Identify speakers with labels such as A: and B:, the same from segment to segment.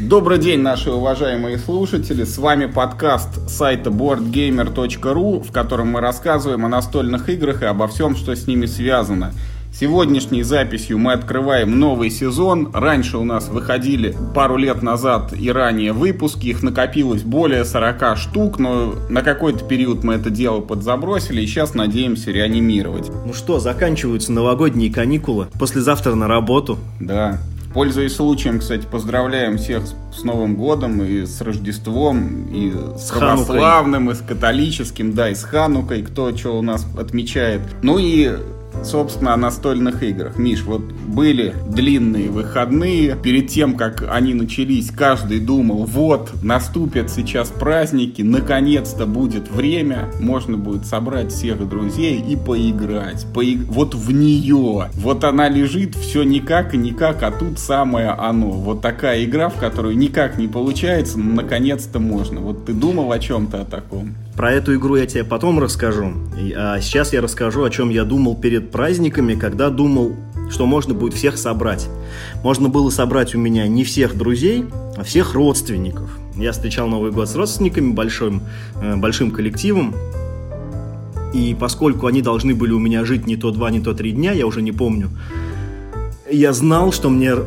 A: Добрый день, наши уважаемые слушатели. С вами подкаст сайта boardgamer.ru, в котором мы рассказываем о настольных играх и обо всем, что с ними связано. Сегодняшней записью мы открываем новый сезон. Раньше у нас выходили пару лет назад и ранее выпуски. Их накопилось более 40 штук, но на какой-то период мы это дело подзабросили и сейчас надеемся реанимировать.
B: Ну что, заканчиваются новогодние каникулы. Послезавтра на работу.
A: Да. Пользуясь случаем, кстати, поздравляем всех с Новым годом и с Рождеством, и с православным, и с католическим, да, и с Ханукой, кто что у нас отмечает. Ну и, собственно, о настольных играх. Миш, вот были длинные выходные. Перед тем, как они начались, каждый думал, вот, наступят сейчас праздники, наконец-то будет время, можно будет собрать всех друзей и поиграть. Вот в нее. Вот она лежит, все никак и никак, а тут самое оно. Вот такая игра, в которую никак не получается, но наконец-то можно. Вот ты думал о чем-то о таком?
B: Про эту игру я тебе потом расскажу. А сейчас я расскажу, о чем я думал перед праздниками, когда думал, что можно будет всех собрать. Можно было собрать у меня не всех друзей, а всех родственников. Я встречал Новый год с родственниками, большим коллективом. И поскольку они должны были у меня жить не то 2, не то 3 дня, я уже не помню, я знал, что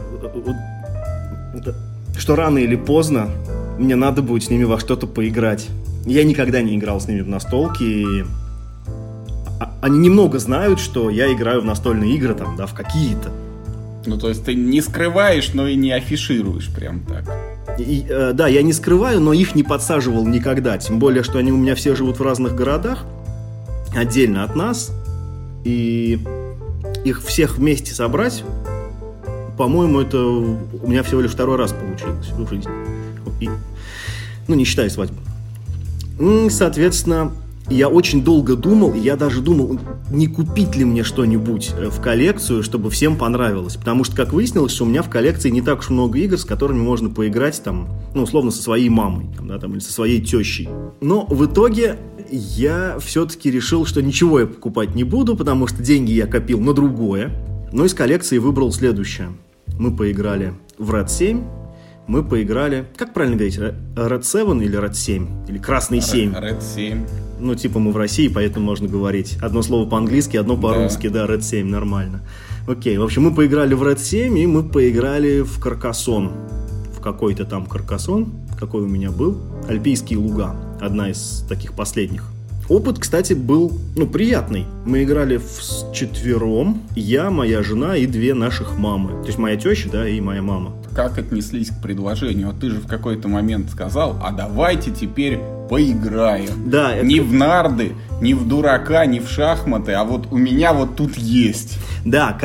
B: рано или поздно мне надо будет с ними во что-то поиграть. Я никогда не играл с ними в настолки, и они немного знают, что я играю в настольные игры, там, да, в какие-то.
A: Ну, то есть ты не скрываешь, но и не афишируешь прям так.
B: Да, я не скрываю, но их не подсаживал никогда. Тем более, что они у меня все живут в разных городах, отдельно от нас. И их всех вместе собрать, по-моему, это у меня всего лишь 2-й раз получилось в жизни. Не считая свадьбы. Соответственно, я очень долго думал, я даже думал, не купить ли мне что-нибудь в коллекцию, чтобы всем понравилось. Потому что, как выяснилось, что у меня в коллекции не так уж много игр, с которыми можно поиграть, там, условно, со своей мамой, или со своей тещей. Но в итоге я все-таки решил, что ничего я покупать не буду, потому что деньги я копил на другое. Но из коллекции выбрал следующее. Мы поиграли в Red 7. Мы поиграли... Как правильно говорить? Red 7 или Red 7? Или Красный 7?
A: Red 7.
B: Мы в России, поэтому можно говорить. Одно слово по-английски, одно по-русски. Да, Red 7, нормально. Окей, в общем, мы поиграли в Red 7, и мы поиграли в Каркасон. В какой-то там Каркасон. Какой у меня был? Альпийские луга. Одна из таких последних. Опыт, кстати, был, приятный. Мы играли вчетвером. Я, моя жена и 2 наших мамы. То есть моя теща, да, и моя мама.
A: Как отнеслись к предложению? Вот ты же в какой-то момент сказал, а давайте теперь поиграем.
B: Да,
A: не в нарды, не в дурака, не в шахматы, а вот у меня вот тут есть.
B: Да,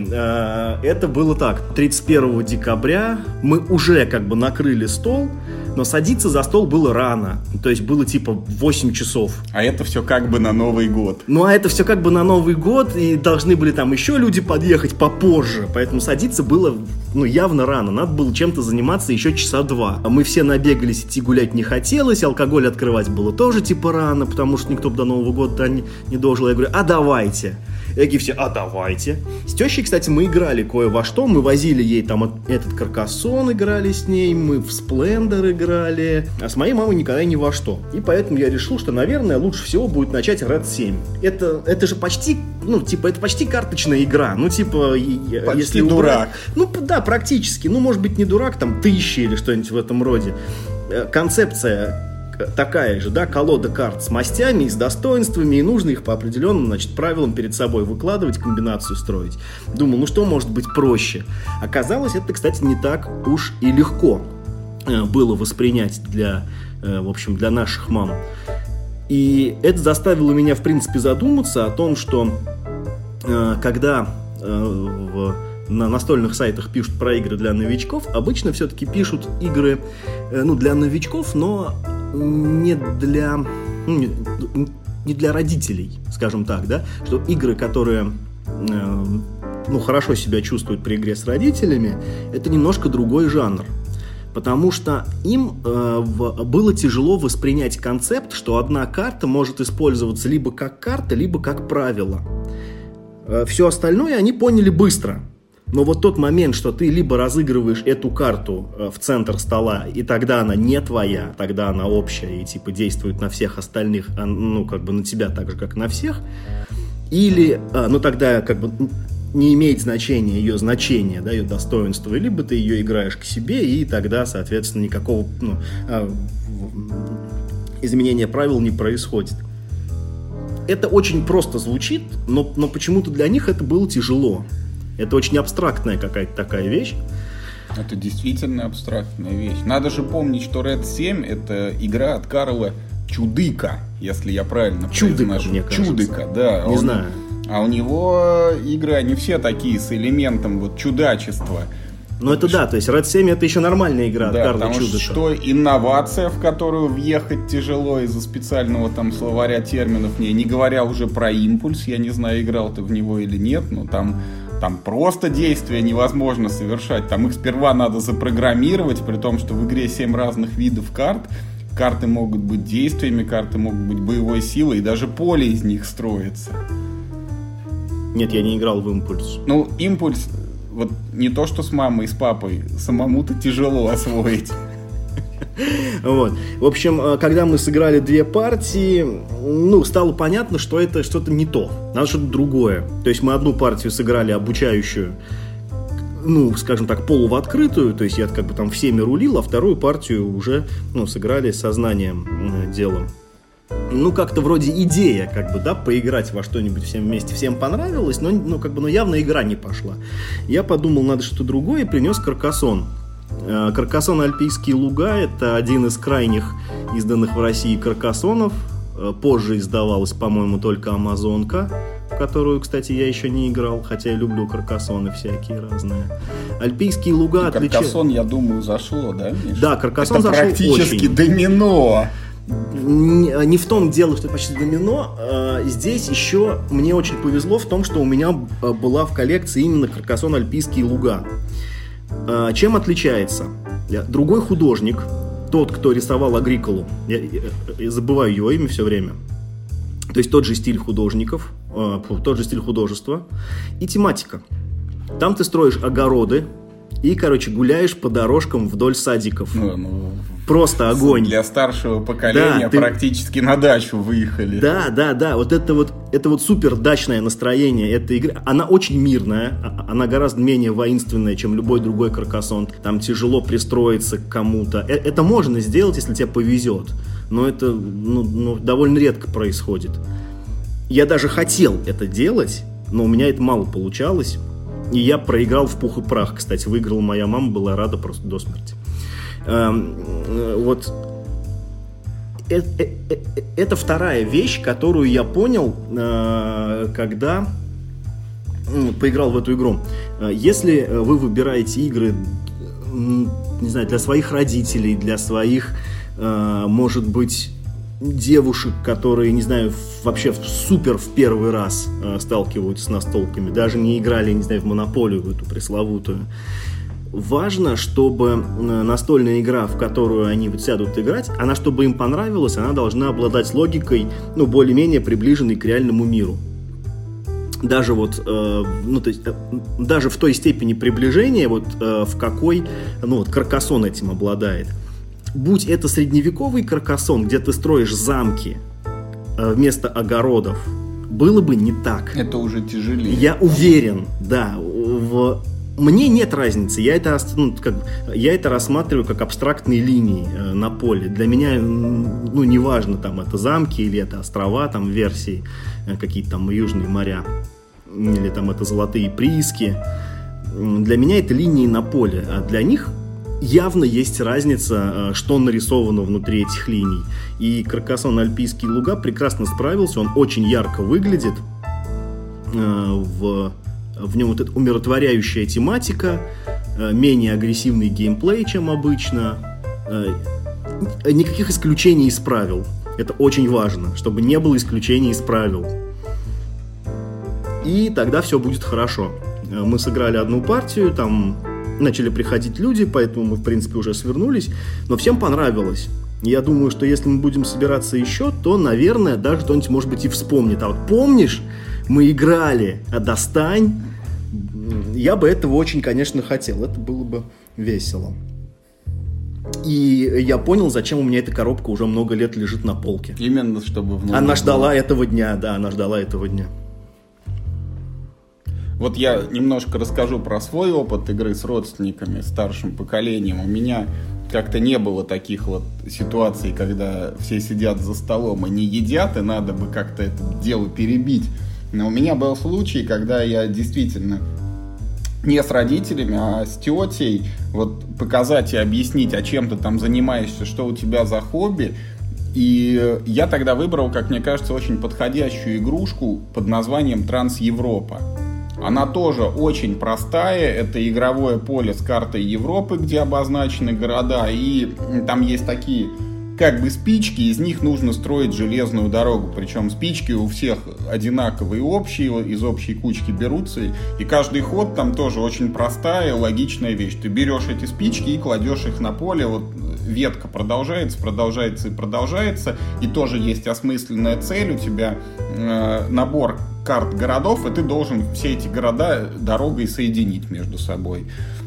B: это было так. 31 декабря мы уже накрыли стол, но садиться за стол было рано. То есть было 8 часов.
A: А это все на Новый год.
B: Это все на Новый год, и должны были там еще люди подъехать попозже. Поэтому садиться было явно рано. Надо было чем-то заниматься еще 2 часа. Мы все набегались, идти гулять не хотелось. Алкоголь открывать было тоже рано, потому что никто бы до Нового года не дожил. Я говорю, а давайте. И все, а давайте. С тещей, кстати, мы играли кое во что. Мы возили ей там этот Каркасон, играли с ней. Мы в Сплендер играли. А с моей мамой никогда ни во что. И поэтому я решил, что, наверное, лучше всего будет начать Red 7. Это же почти, это почти карточная игра.
A: Почти
B: если
A: дурак.
B: Да, практически. Может быть, не дурак, там, 1000 или что-нибудь в этом роде. Концепция такая же, да, колода карт с мастями и с достоинствами, и нужно их по определенным, правилам перед собой выкладывать, комбинацию строить. Думал, что может быть проще? Оказалось, это, кстати, не так уж и легко было воспринять для наших мам. И это заставило меня, в принципе, задуматься о том, что когда на настольных сайтах пишут про игры для новичков, обычно все-таки пишут игры для новичков, но не для родителей, скажем так, да, что игры, которые хорошо себя чувствуют при игре с родителями, это немножко другой жанр. Потому что им было тяжело воспринять концепт, что одна карта может использоваться либо как карта, либо как правило. Все остальное они поняли быстро. Но вот тот момент, что ты либо разыгрываешь эту карту в центр стола, и тогда она не твоя, тогда она общая и типа действует на всех остальных, ну как бы на тебя так же, как на всех, или, ну тогда как бы не имеет значения ее значение, да, ее достоинство, либо ты ее играешь к себе, и тогда, соответственно, никакого изменения правил не происходит. Это очень просто звучит, но почему-то для них это было тяжело. Это очень абстрактная какая-то такая вещь.
A: Это действительно абстрактная вещь. Надо же помнить, что Red 7 — это игра от Карла Чудыка, если я правильно произношу.
B: Мне кажется.
A: Чудыка, да.
B: Не знаю.
A: А у него игры, они все такие с элементом вот чудачества.
B: Ну это да, то есть Red 7 это еще нормальная игра от Карла Чудыка.
A: Потому что инновация, в которую въехать тяжело из-за специального там словаря терминов, не говоря уже про импульс, я не знаю, играл ты в него или нет, но там просто действия невозможно совершать. Там их сперва надо запрограммировать, при том, что в игре 7 разных видов карт. Карты могут быть действиями, карты могут быть боевой силой, и даже поле из них строится.
B: Нет, я не играл в импульс.
A: Ну, импульс, вот не то, что с мамой и с папой, самому-то тяжело освоить.
B: Вот. В общем, когда мы сыграли 2 партии, ну, стало понятно, что это что-то не то. Надо что-то другое. То есть мы одну партию сыграли обучающую, ну, скажем так, полу в открытую. То есть я как бы там всеми рулил, а вторую партию уже, ну, сыграли сознанием дела. Ну, как-то вроде идея, как бы, да, поиграть во что-нибудь всем вместе. Всем понравилось, но как бы, но явно игра не пошла. Я подумал, надо что-то другое, и принес Каркасон. Каркасон Альпийские луга — это один из крайних изданных в России каркасонов. Позже издавалась, по-моему, только Амазонка, в которую, кстати, я еще не играл, хотя я люблю каркасоны всякие разные. Альпийские луга отличаются...
A: Каркасон, я думаю, зашло, да, Миш?
B: Да, Каркасон
A: это
B: зашел
A: практически
B: очень.
A: домино.
B: Не в том дело, что это почти домино. Здесь еще мне очень повезло в том, что у меня была в коллекции именно Каркасон Альпийские луга. Чем отличается? Другой художник, тот, кто рисовал Агриколу, я забываю его имя все время. То есть тот же стиль художников, тот же стиль художества и тематика. Там ты строишь огороды и, короче, гуляешь по дорожкам вдоль садиков. Просто огонь.
A: Для старшего поколения, да, практически на дачу выехали.
B: Да. Вот это супер дачное настроение этой игры. Она очень мирная, она гораздо менее воинственная, чем любой другой Каркасон. Там тяжело пристроиться к кому-то. Это можно сделать, если тебе повезет. Но это довольно редко происходит. Я даже хотел это делать, но у меня это мало получалось. И я проиграл в пух и прах. Кстати, выиграла моя мама, была рада просто до смерти. Вот это вторая вещь, которую я понял, когда поиграл в эту игру. Если вы выбираете игры, не знаю, для своих родителей, для своих, может быть, девушек, которые, не знаю, вообще супер в первый раз сталкиваются с настолками, даже не играли, не знаю, в Монополию, в эту пресловутую. Важно, чтобы настольная игра, в которую они вот сядут играть, она, чтобы им понравилась, она должна обладать логикой, ну, более-менее приближенной к реальному миру. Даже вот, даже в той степени приближения, вот в какой, Каркасон этим обладает. Будь это средневековый Каркасон, где ты строишь замки вместо огородов, было бы не так.
A: Это уже тяжелее.
B: Я уверен, да, мне нет разницы, я это рассматриваю как абстрактные линии на поле. Для меня, не важно, там, это замки или это острова, там, версии, какие-то там южные моря, или там это золотые прииски. Для меня это линии на поле, а для них явно есть разница, что нарисовано внутри этих линий. И Каркасон Альпийские луга прекрасно справился, он очень ярко выглядит, в нем вот эта умиротворяющая тематика, менее агрессивный геймплей, чем обычно. Никаких исключений из правил. Это очень важно, чтобы не было исключений из правил. И тогда все будет хорошо. Мы сыграли одну партию, там начали приходить люди, поэтому мы, в принципе, уже свернулись. Но всем понравилось. Я думаю, что если мы будем собираться еще, то, наверное, даже кто-нибудь, может быть, и вспомнит. А вот помнишь, мы играли, а достань, Я бы этого очень, конечно, хотел. Это было бы весело. И я понял, зачем у меня эта коробка уже много лет лежит на полке.
A: Именно, чтобы...
B: Она ждала этого дня, да, она ждала этого дня.
A: Вот я немножко расскажу про свой опыт игры с родственниками, старшим поколением. У меня как-то не было таких вот ситуаций, когда все сидят за столом и не едят, и надо бы как-то это дело перебить. Но у меня был случай, когда я действительно не с родителями, а с тетей вот показать и объяснить, а чем ты там занимаешься, что у тебя за хобби. И я тогда выбрал, как мне кажется, очень подходящую игрушку под названием Транс-Европа. Она тоже очень простая, это игровое поле с картой Европы, где обозначены города, и там есть такие как бы спички, из них нужно строить железную дорогу, причем спички у всех одинаковые, общие, из общей кучки берутся, и каждый ход там тоже очень простая, логичная вещь. Ты берешь эти спички и кладешь их на поле, вот ветка продолжается, и тоже есть осмысленная цель, у тебя набор карт городов, и ты должен все эти города дорогой соединить между собой.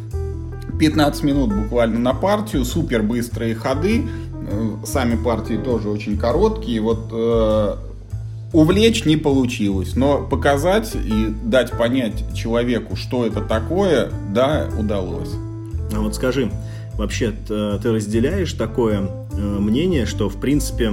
A: 15 минут буквально на партию, супер быстрые ходы, сами партии тоже очень короткие, вот увлечь не получилось, но показать и дать понять человеку, что это такое, да, удалось.
B: А вот скажи, вообще ты разделяешь такое мнение, что в принципе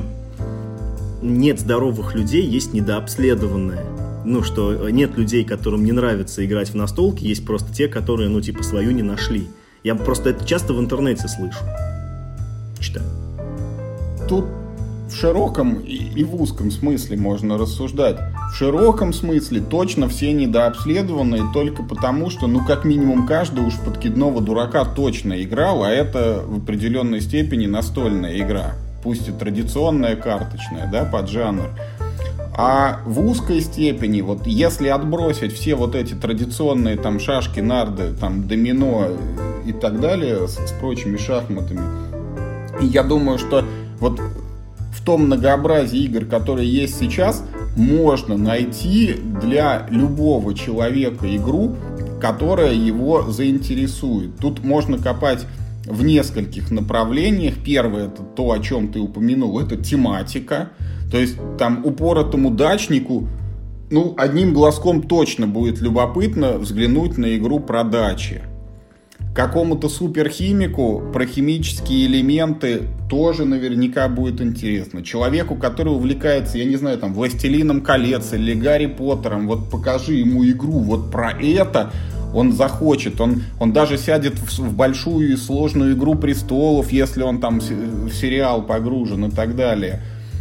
B: нет здоровых людей, есть недообследованные? Ну, что нет людей, которым не нравится играть в настолки, есть просто те, которые, ну, типа, свою не нашли. Я просто это часто в интернете слышу. Читаю.
A: Тут в широком и в узком смысле можно рассуждать. В широком смысле точно все недообследованные только потому, что, ну, как минимум, каждый уж в подкидного дурака точно играл, а это в определенной степени настольная игра. Пусть и традиционная карточная, да, под жанр. А в узкой степени, вот если отбросить все вот эти традиционные там шашки, нарды, там домино и так далее с прочими шахматами, я думаю, что вот в том многообразии игр, которые есть сейчас, можно найти для любого человека игру, которая его заинтересует. Тут можно копать в нескольких направлениях. Первое, это то, о чем ты упомянул, это тематика. То есть там упоротому дачнику, ну, одним глазком точно будет любопытно взглянуть на игру про дачи. Какому-то суперхимику про химические элементы тоже наверняка будет интересно. Человеку, который увлекается, я не знаю, там, «Властелином колец» или «Гарри Поттером», вот покажи ему игру вот про это, он захочет, он даже сядет в большую и сложную «Игру престолов», если он там в сериал погружен и так далее.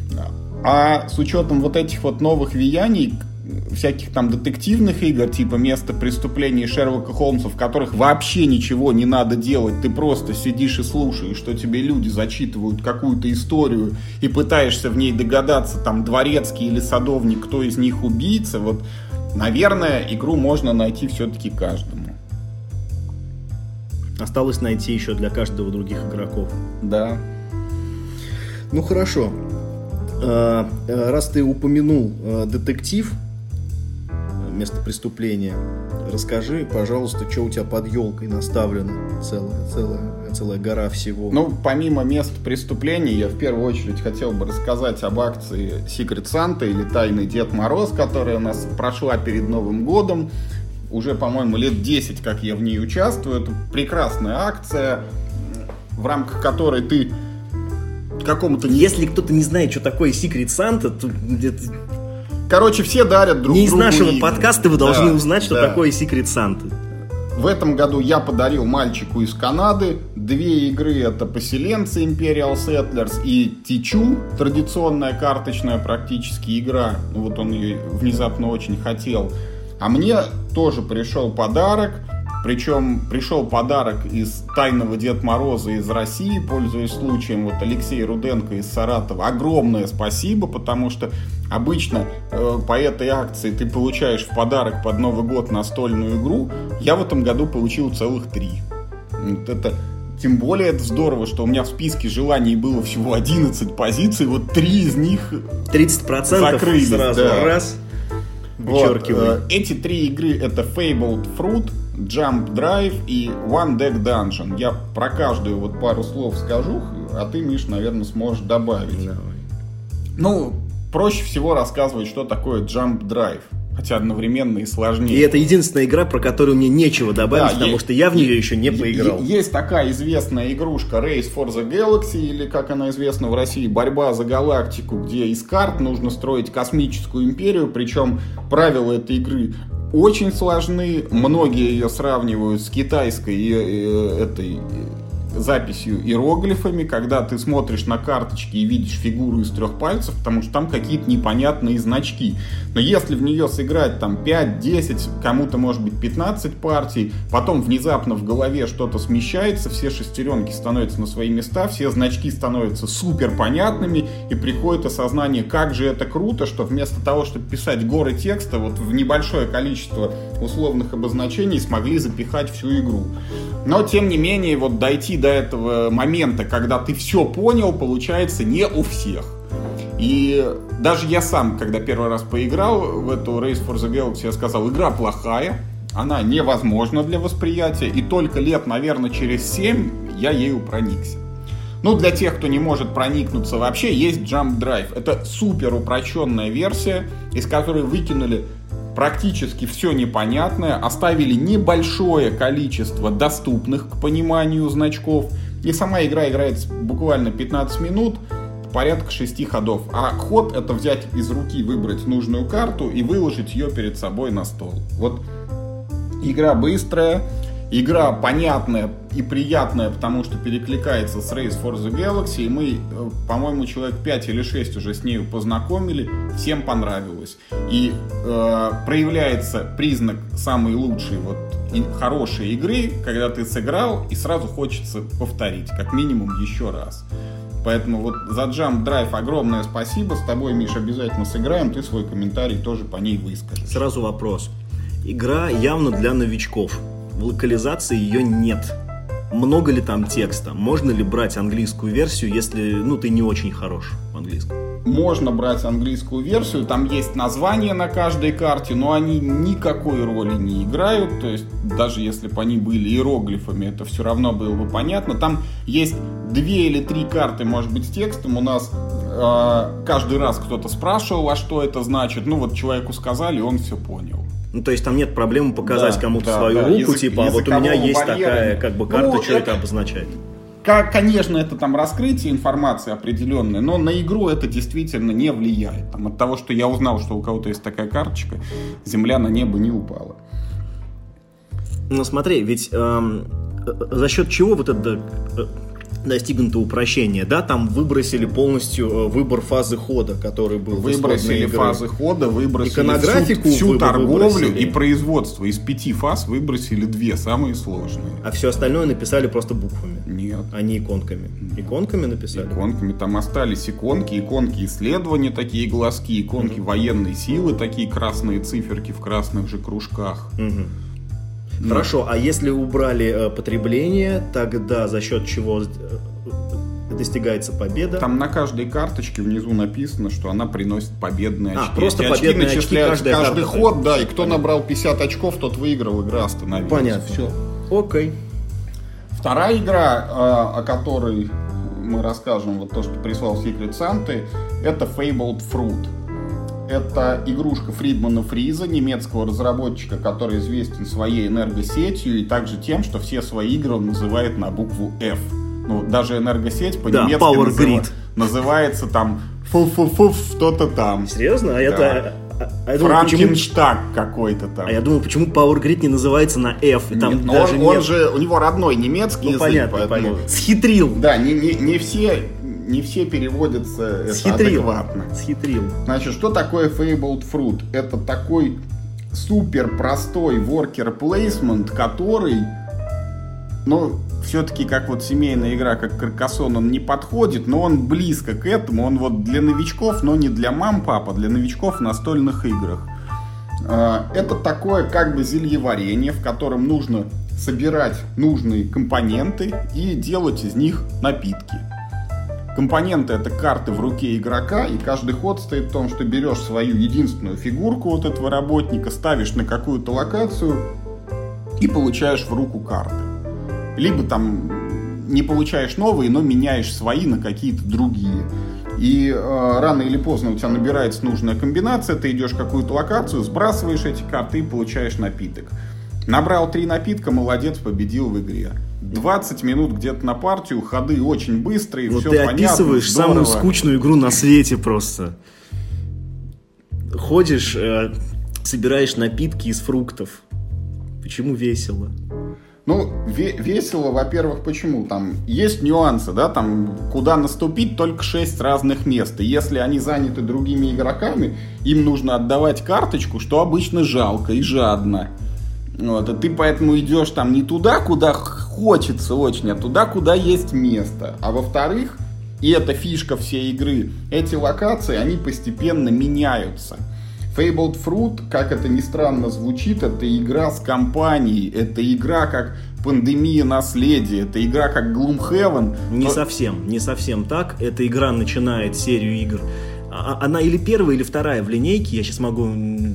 A: А с учетом вот этих вот новых веяний, всяких там детективных игр, типа «Место преступления» Шерлока Холмса, в которых вообще ничего не надо делать, ты просто сидишь и слушаешь, что тебе люди зачитывают какую-то историю и пытаешься в ней догадаться, там, дворецкий или садовник, кто из них убийца, вот, наверное, игру можно найти все-таки каждому.
B: Осталось найти еще для каждого других игроков.
A: Да.
B: Ну, хорошо. Раз ты упомянул детектив, место преступления, расскажи, пожалуйста, что у тебя под елкой наставлено, целая гора всего.
A: Ну, помимо мест преступления, я в первую очередь хотел бы рассказать об акции Secret Santa или Тайный Дед Мороз, которая у нас прошла перед Новым годом. Уже, по-моему, лет 10, как я в ней участвую. Это прекрасная акция, в рамках которой ты какому-то...
B: Если кто-то не знает, что такое Secret Santa, то...
A: Короче, все дарят друг другу
B: не из нашего
A: игры.
B: Подкаста вы должны узнать, что такое Secret Santa.
A: В этом году я подарил мальчику из Канады 2 игры. Это «Поселенцы» Imperial Settlers и «Тичу», традиционная карточная практически игра. Вот он ее внезапно очень хотел. А мне тоже пришел подарок. Причем пришел подарок из «Тайного Деда Мороза» из России, пользуясь случаем, вот Алексей Руденко из Саратова. Огромное спасибо, потому что обычно по этой акции ты получаешь в подарок под Новый год настольную игру. Я в этом году получил целых 3. Вот это, тем более это здорово, что у меня в списке желаний было всего 11 позиций, вот 3 из них
B: 30%
A: закрылись,
B: сразу,
A: да.
B: Раз.
A: Вот, эти 3 игры — это Fabled Fruit, Jump Drive и One Deck Dungeon. Я про каждую вот пару слов скажу, а ты, Миш, наверное, сможешь добавить.
B: Давай.
A: Ну, проще всего рассказывать, что такое Jump Drive. Хотя одновременно и сложнее.
B: И это единственная игра, про которую мне нечего добавить, потому что я в нее еще не поиграл.
A: Есть такая известная игрушка Race for the Galaxy, или как она известна в России, Борьба за галактику, где из карт нужно строить космическую империю, причем правила этой игры очень сложны. Многие ее сравнивают с китайской этой записью иероглифами, когда ты смотришь на карточки и видишь фигуру из 3 пальцев, потому что там какие-то непонятные значки. Но если в нее сыграть там 5-10, кому-то может быть 15 партий, потом внезапно в голове что-то смещается, все шестеренки становятся на свои места, все значки становятся супер понятными, и приходит осознание, как же это круто, что вместо того, чтобы писать горы текста, вот в небольшое количество условных обозначений смогли запихать всю игру. Но, тем не менее, вот дойти до этого момента, когда ты все понял, получается не у всех. И даже я сам, когда первый раз поиграл в эту Race for the Galaxy, я сказал, игра плохая, она невозможна для восприятия, и только лет, наверное, через 7 я ею проникся. Ну, для тех, кто не может проникнуться вообще, есть Jump Drive. Это супер упрощенная версия, из которой выкинули практически все непонятное, оставили небольшое количество доступных к пониманию значков, и сама игра играется буквально 15 минут, порядка 6 ходов. А ход — это взять из руки, выбрать нужную карту и выложить ее перед собой на стол. Вот игра быстрая, игра понятная и приятная, потому что перекликается с Race for the Galaxy, и мы, по-моему, человек 5 или 6 уже с нею познакомили, всем понравилось. И проявляется признак самой лучшей, вот, и хорошей игры, когда ты сыграл и сразу хочется повторить, как минимум еще раз. Поэтому вот за Jump Drive огромное спасибо, с тобой, Миш, обязательно сыграем, ты свой комментарий тоже по ней выскажешь.
B: Сразу вопрос. Игра явно для новичков. В локализации ее нет. Много ли там текста? Можно ли брать английскую версию, если ты не очень хорош в английском?
A: Можно брать английскую версию, там есть названия на каждой карте, но они никакой роли не играют, то есть даже если бы они были иероглифами, это все равно было бы понятно. Там есть 2 или 3 карты, может быть, с текстом. У нас каждый раз кто-то спрашивал, а что это значит. Ну вот человеку сказали, он все понял.
B: Ну, то есть там нет проблемы показать кому-то свою руку, типа, а вот у меня есть такая карта, что это обозначает.
A: Конечно, это там раскрытие информации определенной, но на игру это действительно не влияет. Там, от того, что я узнал, что у кого-то есть такая карточка, земля на небо не упала.
B: Ну, смотри, ведь за счет чего вот это достигнуто упрощение, да, там выбросили полностью выбор фазы хода, который был.
A: Выбросили фазы хода, выбросили всю торговлю и производство. Из 5 фаз выбросили 2, самые сложные.
B: А все остальное написали просто буквами?
A: Нет.
B: А не иконками? Иконками написали?
A: Иконками. Там остались иконки исследования, такие глазки, иконки военной силы, такие красные циферки в красных же кружках.
B: Хорошо, а если убрали потребление, тогда за счет чего достигается победа?
A: Там на каждой карточке внизу написано, что она приносит победные очки.
B: Просто победные очки начисляются
A: каждый ход, да, и кто набрал 50 очков, тот выиграл, игра остановилась.
B: Понятно, все. Окей.
A: Вторая игра, о которой мы расскажем, вот то, что прислал Secret Santa, это Fabled Fruit. Это игрушка Фридмана Фриза, немецкого разработчика, который известен своей энергосетью и также тем, что все свои игры он называет на букву F. Ну, даже энергосеть по-немецки называется там что-то там.
B: Серьезно?
A: Франкенштаг какой-то там.
B: А я думал, почему Power Grid не называется на F? И там
A: он же, у него родной немецкий язык.
B: Понятно. Схитрил.
A: Да, не все переводятся адекватно.
B: Схитрил.
A: Значит, что такое Fabled Fruit? Это такой супер простой worker placement, который, все-таки как вот семейная игра, как Каркасон, он не подходит, но он близко к этому. Он вот для новичков, но не для мам-пап, а для новичков в настольных играх. Это такое как бы зельеварение, в котором нужно собирать нужные компоненты и делать из них напитки. Компоненты — это карты в руке игрока, и каждый ход стоит в том, что берешь свою единственную фигурку вот этого работника, ставишь на какую-то локацию и получаешь в руку карты. Либо там не получаешь новые, но меняешь свои на какие-то другие. И рано или поздно у тебя набирается нужная комбинация, ты идешь в какую-то локацию, сбрасываешь эти карты и получаешь напиток. Набрал 3 напитка, молодец, победил в игре. 20 минут где-то на партию, ходы очень быстрые,
B: вот
A: все
B: ты
A: понятно,
B: описываешь
A: здорово.
B: самую скучную игру на свете просто. Ходишь, собираешь напитки из фруктов. Почему весело?
A: Ну, весело, во-первых, почему? Там есть нюансы, да, там куда наступить только 6 разных мест. И если они заняты другими игроками, им нужно отдавать карточку, что обычно жалко и жадно. Вот, и ты поэтому идешь там не туда, куда хочется очень, а туда, куда есть место. А во-вторых, и это фишка всей игры, эти локации, они постепенно меняются. Fabled Fruit, как это ни странно звучит, это игра с компанией, это игра как Пандемия наследия, это игра как Gloomhaven.
B: Не совсем так. Эта игра начинает серию игр. Она или первая, или вторая в линейке, я сейчас могу...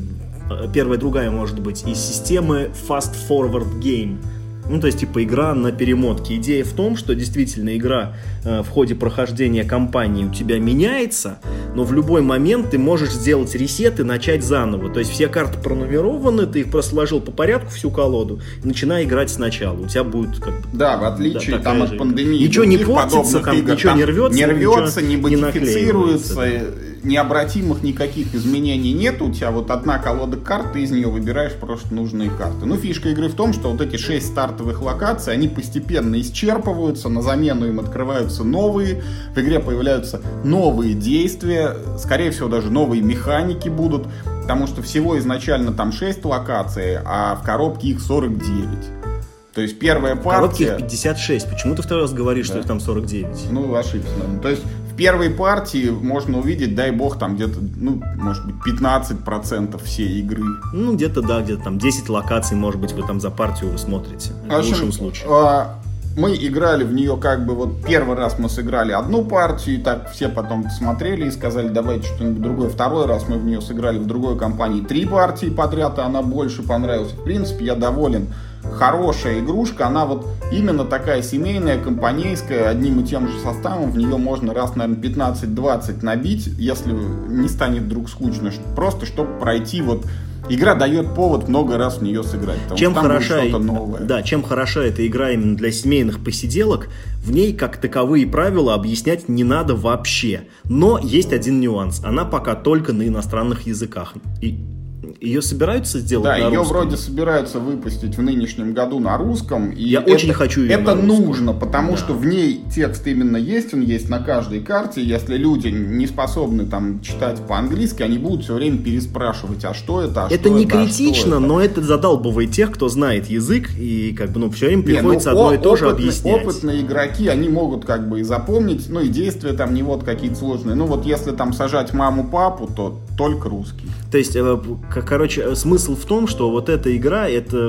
B: Первая, другая, может быть, из системы Fast Forward Game. Ну, то есть, типа, игра на перемотке. Идея в том, что действительно игра в ходе прохождения кампании у тебя меняется, но в любой момент ты можешь сделать ресет и начать заново. То есть, все карты пронумерованы, ты их просто сложил по порядку, всю колоду, и начинай играть сначала. У тебя будет как бы...
A: Да, в отличие там от пандемии.
B: Ничего не портится, там,
A: игр,
B: ничего
A: там
B: не рвется,
A: не модифицируется,
B: да.
A: Необратимых никаких изменений нет. У тебя вот одна колода карт, ты из нее выбираешь просто нужные карты. Ну, фишка игры в том, что вот эти 6 стартовых локаций, они постепенно исчерпываются, на замену им открываются новые, в игре появляются новые действия, скорее всего, даже новые механики будут, потому что всего изначально там 6 локаций, а в коробке их 49. То есть первая партия... В
B: коробке их 56. Почему ты второй раз говоришь, да, что их там 49?
A: Ну, ошибся, наверное. То есть в первой партии можно увидеть, дай бог, там где-то, ну, может быть, 15% всей игры.
B: Ну, где-то, да, где-то там 10 локаций, может быть, вы там за партию вы смотрите. В лучшем случае.
A: Мы играли в нее как бы вот первый раз мы сыграли одну партию, и так все потом смотрели и сказали, давайте что-нибудь другое. Второй раз мы в нее сыграли в другой компании 3 партии подряд, и она больше понравилась. В принципе, я доволен. Хорошая игрушка, она вот именно такая семейная, компанейская, одним и тем же составом, в нее можно раз, наверное, 15-20 набить, если не станет вдруг скучно, просто чтобы пройти вот... Игра дает повод много раз в нее сыграть, потому
B: чем
A: что там
B: хороша,
A: будет что-то новое.
B: Да, чем хороша эта игра именно для семейных посиделок, в ней как таковые правила объяснять не надо вообще. Но есть один нюанс, она пока только на иностранных языках. И ее собираются сделать на русском?
A: Да, ее вроде собираются выпустить в нынешнем году на русском. И
B: я очень хочу ее
A: это
B: на русском.
A: нужно, потому что в ней текст именно есть, он есть на каждой карте. Если люди не способны там читать по-английски, они будут все время переспрашивать, а что это, а
B: это
A: что
B: не
A: это,
B: критично, но это задалбывает тех, кто знает язык, и как бы, все время приходится одно и то же объяснять.
A: Опытные игроки, они могут как бы и запомнить, ну и действия там не вот какие-то сложные. Ну вот если там сажать маму-папу, то только русский.
B: То есть, короче, смысл в том, что вот эта игра, это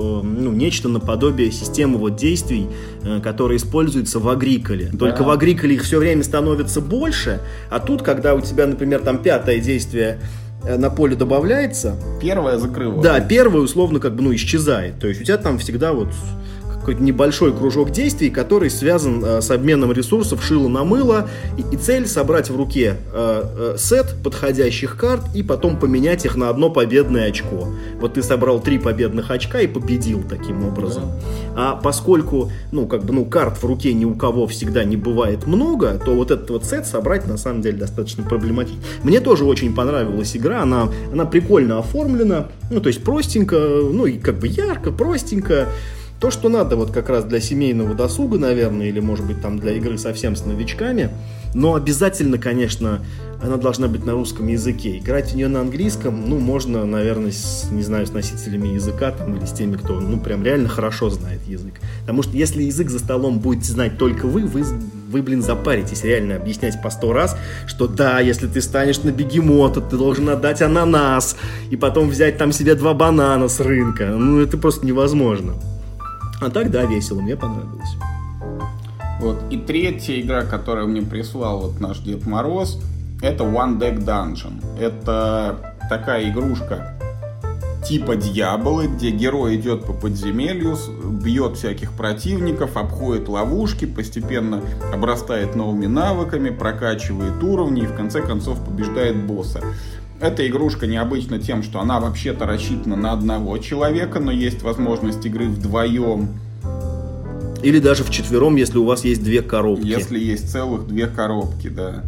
B: нечто наподобие системы вот действий, которые используются в Агриколе. Да. Только в Агриколе их все время становится больше, а тут, когда у тебя, например, там 5-е действие на поле добавляется...
A: Первое закрывается.
B: Да, первое условно как бы, исчезает. То есть у тебя там всегда вот... какой-то небольшой кружок действий, который связан с обменом ресурсов шило на мыло, и цель собрать в руке сет подходящих карт и потом поменять их на одно победное очко. Вот ты собрал 3 победных очка и победил таким образом. Да. А поскольку карт в руке ни у кого всегда не бывает много, то вот этот вот сет собрать на самом деле достаточно проблематично. Мне тоже очень понравилась игра, она прикольно оформлена, то есть простенько, и как бы ярко, простенько. То, что надо вот как раз для семейного досуга, наверное, или, может быть, там для игры совсем с новичками. Но обязательно, конечно, она должна быть на русском языке. Играть в нее на английском, можно, наверное, с носителями языка там, или с теми, кто, прям реально хорошо знает язык. Потому что если язык за столом будете знать только вы, запаритесь реально объяснять по 100 раз, что да, если ты станешь на бегемота, ты должен отдать ананас, и потом взять там себе 2 банана с рынка. Это просто невозможно. А так, да, весело, мне понравилось.
A: Вот. И третья игра, которую мне прислал вот наш Дед Мороз, это One Deck Dungeon. Это такая игрушка типа Дьяволы, где герой идет по подземелью, бьет всяких противников, обходит ловушки, постепенно обрастает новыми навыками, прокачивает уровни и в конце концов побеждает босса. Эта игрушка необычна тем, что она вообще-то рассчитана на одного человека, но есть возможность игры вдвоем.
B: Или даже вчетвером, если у вас есть 2 коробки.
A: Если есть целых 2 коробки, да.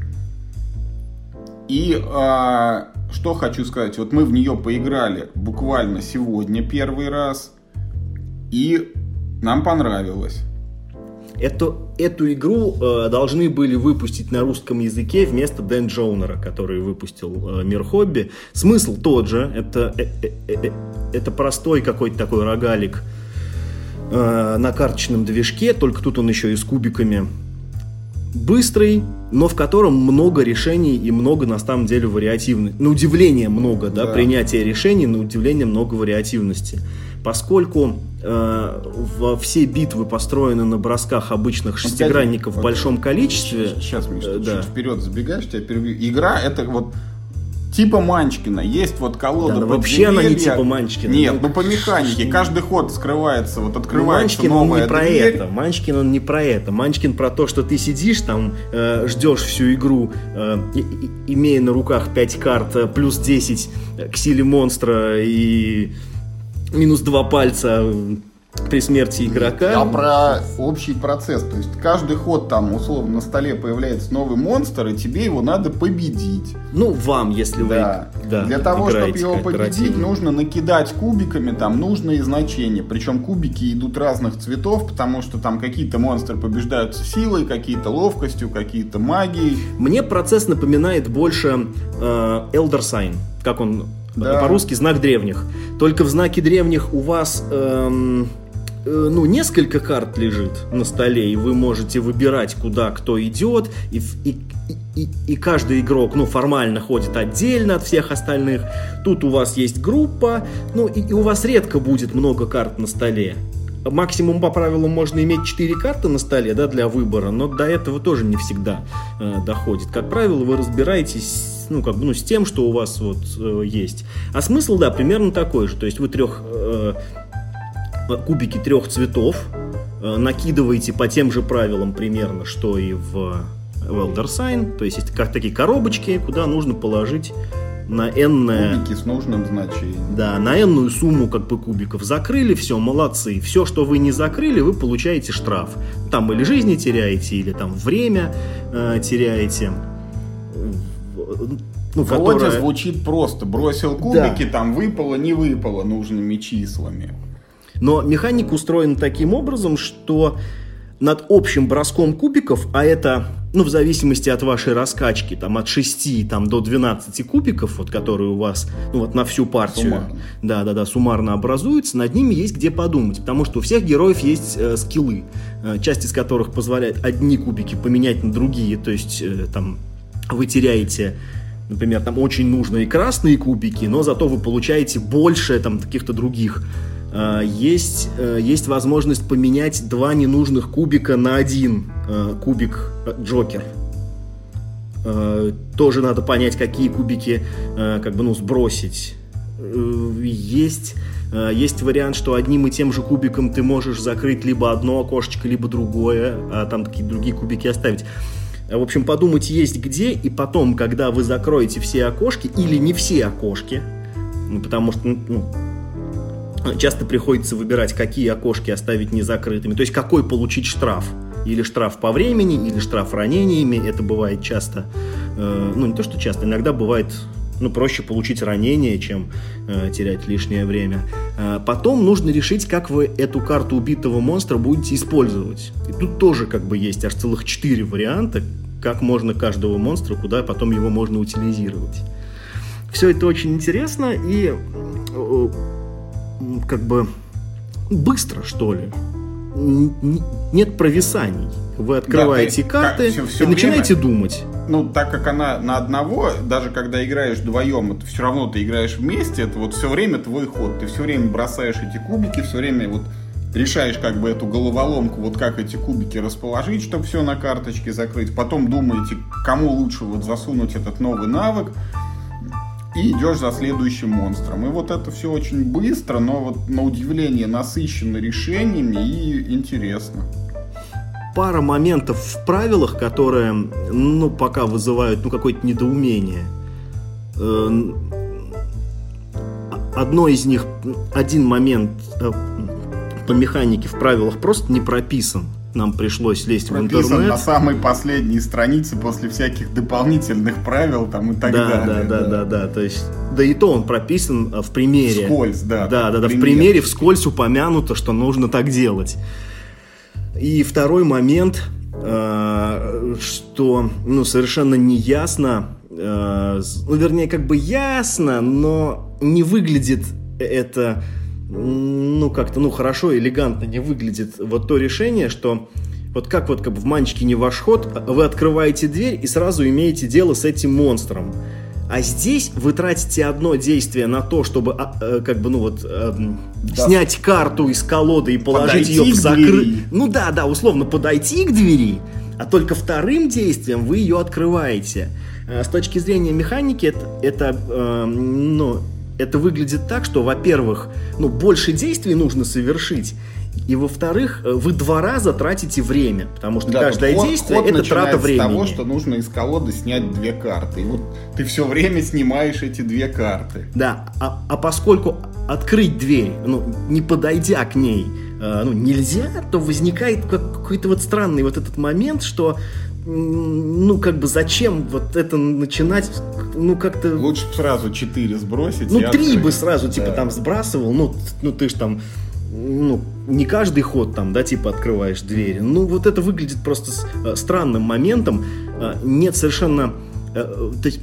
A: И что хочу сказать, вот мы в нее поиграли буквально сегодня первый раз, и нам понравилось.
B: Эту игру должны были выпустить на русском языке вместо Дэн Джоунера, который выпустил Мир Хобби. Смысл тот же, это простой какой-то такой рогалик на карточном движке, только тут он еще и с кубиками. Быстрый, но в котором много решений и много, на самом деле, вариативности. На удивление много, да, принятия решений, на удивление много вариативности. Поскольку все битвы построены на бросках обычных шестигранников в большом количестве...
A: Сейчас, Миш, ты чуть вперед забегаешь, тебя перебью. Игра это вот типа Манчкина. Есть вот колода подземелья.
B: Вообще она не типа Манчкина.
A: Нет, по механике. Каждый ход скрывается, вот открывается новая
B: дверь. Манчкин он не про это. Манчкин про то, что ты сидишь там, ждешь всю игру, имея на руках 5 карт, плюс 10 к силе монстра и минус 2 пальца при смерти игрока.
A: Я про общий процесс. То есть каждый ход там условно на столе появляется новый монстр, и тебе его надо победить.
B: Ну, вам, если вы
A: для того, чтобы его победить, нужно накидать кубиками там нужные значения. Причем кубики идут разных цветов, потому что там какие-то монстры побеждаются силой, какие-то ловкостью, какие-то магией.
B: Мне процесс напоминает больше Elder Sign, как он по-русски, знак древних. Только в знаке древних у вас несколько карт лежит на столе, и вы можете выбирать, куда кто идет, и каждый игрок, формально ходит отдельно от всех остальных. Тут у вас есть группа, и у вас редко будет много карт на столе. Максимум по правилам можно иметь 4 карты на столе, для выбора, но до этого тоже не всегда доходит. Как правило, вы разбираетесь с тем, что у вас есть. А смысл, примерно такой же. То есть вы кубики 3 цветов накидываете по тем же правилам примерно, что и в Elder Sign. То есть есть такие коробочки, куда нужно положить на n-ное...
A: Кубики с нужным значением.
B: Да, на n-ную сумму кубиков. Закрыли, все, молодцы. Все, что вы не закрыли, вы получаете штраф. Там или жизни теряете, или там время теряете.
A: Вроде звучит просто. Бросил кубики, там выпало, не выпало нужными числами.
B: Но механика устроена таким образом, что над общим броском кубиков, а это, в зависимости от вашей раскачки, от 6 до 12 кубиков, которые у вас, на всю партию, суммарно образуются, над ними есть где подумать, потому что у всех героев есть скиллы, часть из которых позволяет одни кубики поменять на другие, то есть вы теряете, например, очень нужные красные кубики, но зато вы получаете больше каких-то других. Есть возможность поменять 2 ненужных кубика на 1 кубик Джокер. Тоже надо понять, какие кубики сбросить. Есть вариант, что одним и тем же кубиком ты можешь закрыть либо одно окошечко, либо другое, а там такие другие кубики оставить. В общем, подумать есть где, и потом, когда вы закроете все окошки, или не все окошки, потому что, часто приходится выбирать, какие окошки оставить незакрытыми, то есть какой получить штраф. Или штраф по времени, или штраф ранениями. Это бывает часто, не то что часто, иногда бывает проще получить ранение, чем терять лишнее время. Потом нужно решить, как вы эту карту убитого монстра будете использовать. И тут тоже есть аж целых 4 варианта, как можно каждого монстра, куда потом его можно утилизировать. Все это очень интересно и быстро, что ли. Нет провисаний. Вы открываете карты и начинаете думать.
A: Так как она на одного, даже когда играешь вдвоем, это все равно ты играешь вместе, это все время твой ход. Ты все время бросаешь эти кубики, все время решаешь эту головоломку, как эти кубики расположить, чтобы все на карточке закрыть. Потом думаете, кому лучше засунуть этот новый навык. и идешь за следующим монстром. И вот это все очень быстро, но вот на удивление насыщенно решениями и интересно.
B: Пара моментов в правилах, которые, пока вызывают, какое-то недоумение. Один момент по механике в правилах просто не прописан. Нам пришлось лезть в интернет.
A: На самой последней странице после всяких дополнительных правил там и так далее.
B: Да. То есть, да и то он прописан в примере.
A: Вскользь, да.
B: Да. В примере вскользь упомянуто, что нужно так делать. И второй момент, что совершенно неясно, вернее, как бы ясно, но не выглядит это... как-то, хорошо, элегантно не выглядит вот то решение, что вот как бы в «Манчике не ваш ход», вы открываете дверь и сразу имеете дело с этим монстром. А здесь вы тратите одно действие на то, чтобы снять карту из колоды и положить ее в закрытый... условно подойти к двери, а только вторым действием вы ее открываете. С точки зрения механики это выглядит так, что, во-первых, больше действий нужно совершить, и, во-вторых, вы 2 раза тратите время, потому что каждое действие — это трата времени.
A: С того, что нужно из колоды снять 2 карты, и вот ты все время снимаешь эти 2 карты.
B: Да, а поскольку открыть дверь, не подойдя к ней, нельзя, то возникает какой-то вот странный вот этот момент, что зачем вот это начинать, как-то...
A: Lучше бы сразу 4 сбросить.
B: 3 бы сразу, там сбрасывал, ты ж там, не каждый ход там, открываешь двери. Вот это выглядит просто странным моментом. Нет совершенно... То есть,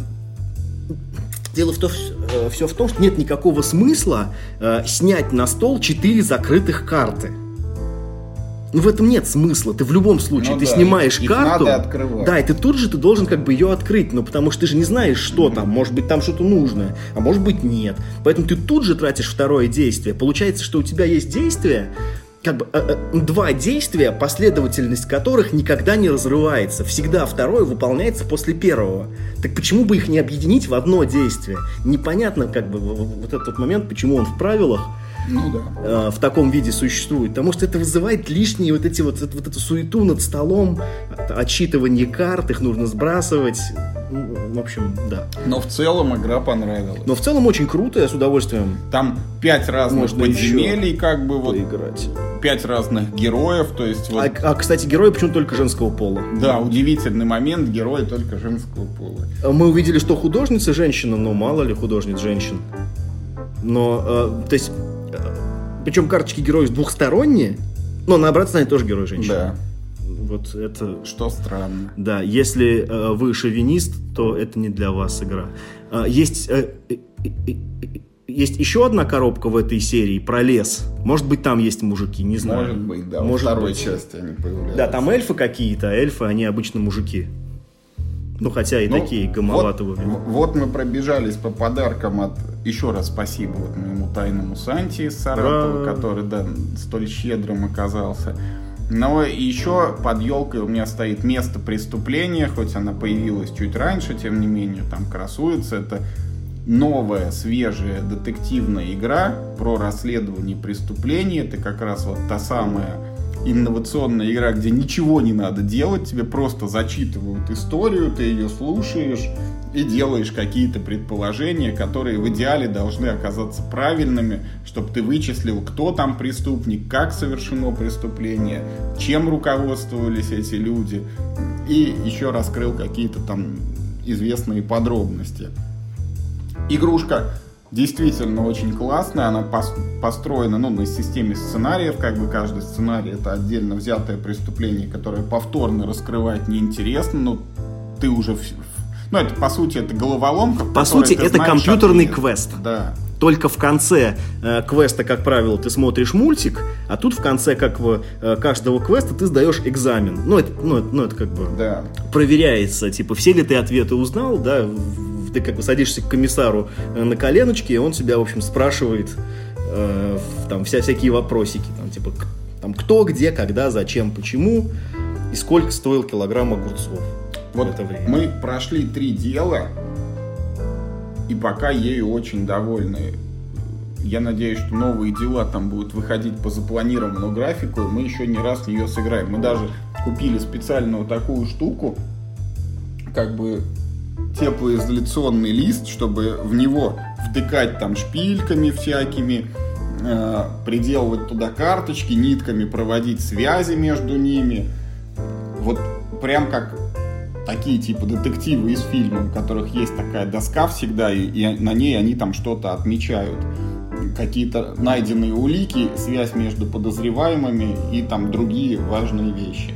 B: дело все в том, что нет никакого смысла снять на стол 4 закрытых карты. В этом нет смысла. Ты в любом случае, ты снимаешь карту.
A: Надо открывать.
B: Да, и ты тут же должен ее открыть, потому что ты же не знаешь, что там. Может быть, там что-то нужное, а может быть, нет. Поэтому ты тут же тратишь второе действие. Получается, что у тебя есть действие, 2 действия, последовательность которых никогда не разрывается. Всегда второе выполняется после первого. Так почему бы их не объединить в одно действие? Непонятно, вот этот момент, почему он в правилах в таком виде существует. Потому что это вызывает лишние вот эту суету над столом, отсчитывание карт, их нужно сбрасывать. В общем, да.
A: Но в целом игра понравилась.
B: Но в целом очень круто, я с удовольствием.
A: Там 5 разных подземелий,
B: поиграть.
A: 5 разных героев, то есть...
B: Кстати, герои почему-то только женского пола.
A: Да, удивительный момент, герои только женского пола.
B: Мы увидели, что художница женщина, но мало ли художниц женщин. Но, то есть... Причем карточки героев двухсторонние, но на обратной стороне тоже герой женщина.
A: Да.
B: Вот это...
A: Что странно.
B: Да, если вы шовинист, то это не для вас игра. Есть еще одна коробка в этой серии про лес. Может быть, там есть мужики, не знаю.
A: Может быть, да. Во второй части они появляются.
B: Да, там эльфы какие-то, а эльфы, они обычно мужики. Хотя и такие гомоватые.
A: Вот мы пробежались по подаркам еще раз спасибо моему тайному Санте из Саратова, который, столь щедрым оказался. Но еще под елкой у меня стоит «Место преступления», хоть она появилась чуть раньше, тем не менее, там красуется. Это новая, свежая детективная игра про расследование преступлений. Это как раз вот та самая инновационная игра, где ничего не надо делать, тебе просто зачитывают историю, ты ее слушаешь и делаешь какие-то предположения, которые в идеале должны оказаться правильными, чтобы ты вычислил, кто там преступник, как совершено преступление, чем руководствовались эти люди, и еще раскрыл какие-то там известные подробности. Игрушка действительно очень классная, она построена на системе сценариев, каждый сценарий — это отдельно взятое преступление, которое повторно раскрывать неинтересно, но ты уже... это по сути это головоломка.
B: По сути это компьютерный квест.
A: Да.
B: Только в конце квеста, как правило, ты смотришь мультик, а тут в конце каждого квеста ты сдаешь экзамен. Это
A: да.
B: Проверяется, все ли ты ответы узнал, да. Ты садишься к комиссару на коленочки, и он тебя, в общем, спрашивает всякие вопросики. Кто, где, когда, зачем, почему и сколько стоил килограмм огурцов в это время.
A: Мы прошли 3 дела. и пока ею очень довольны. Я надеюсь, что новые дела там будут выходить по запланированному графику, и мы еще не раз в нее сыграем. Мы даже купили специальную такую штуку, как бы теплоизоляционный лист, чтобы в него втыкать там шпильками всякими, приделывать туда карточки, нитками проводить связи между ними. Вот прям как такие типа детективы из фильмов, у которых есть такая доска всегда, и на ней они там что-то отмечают. Какие-то найденные улики, связь между подозреваемыми и там другие важные вещи.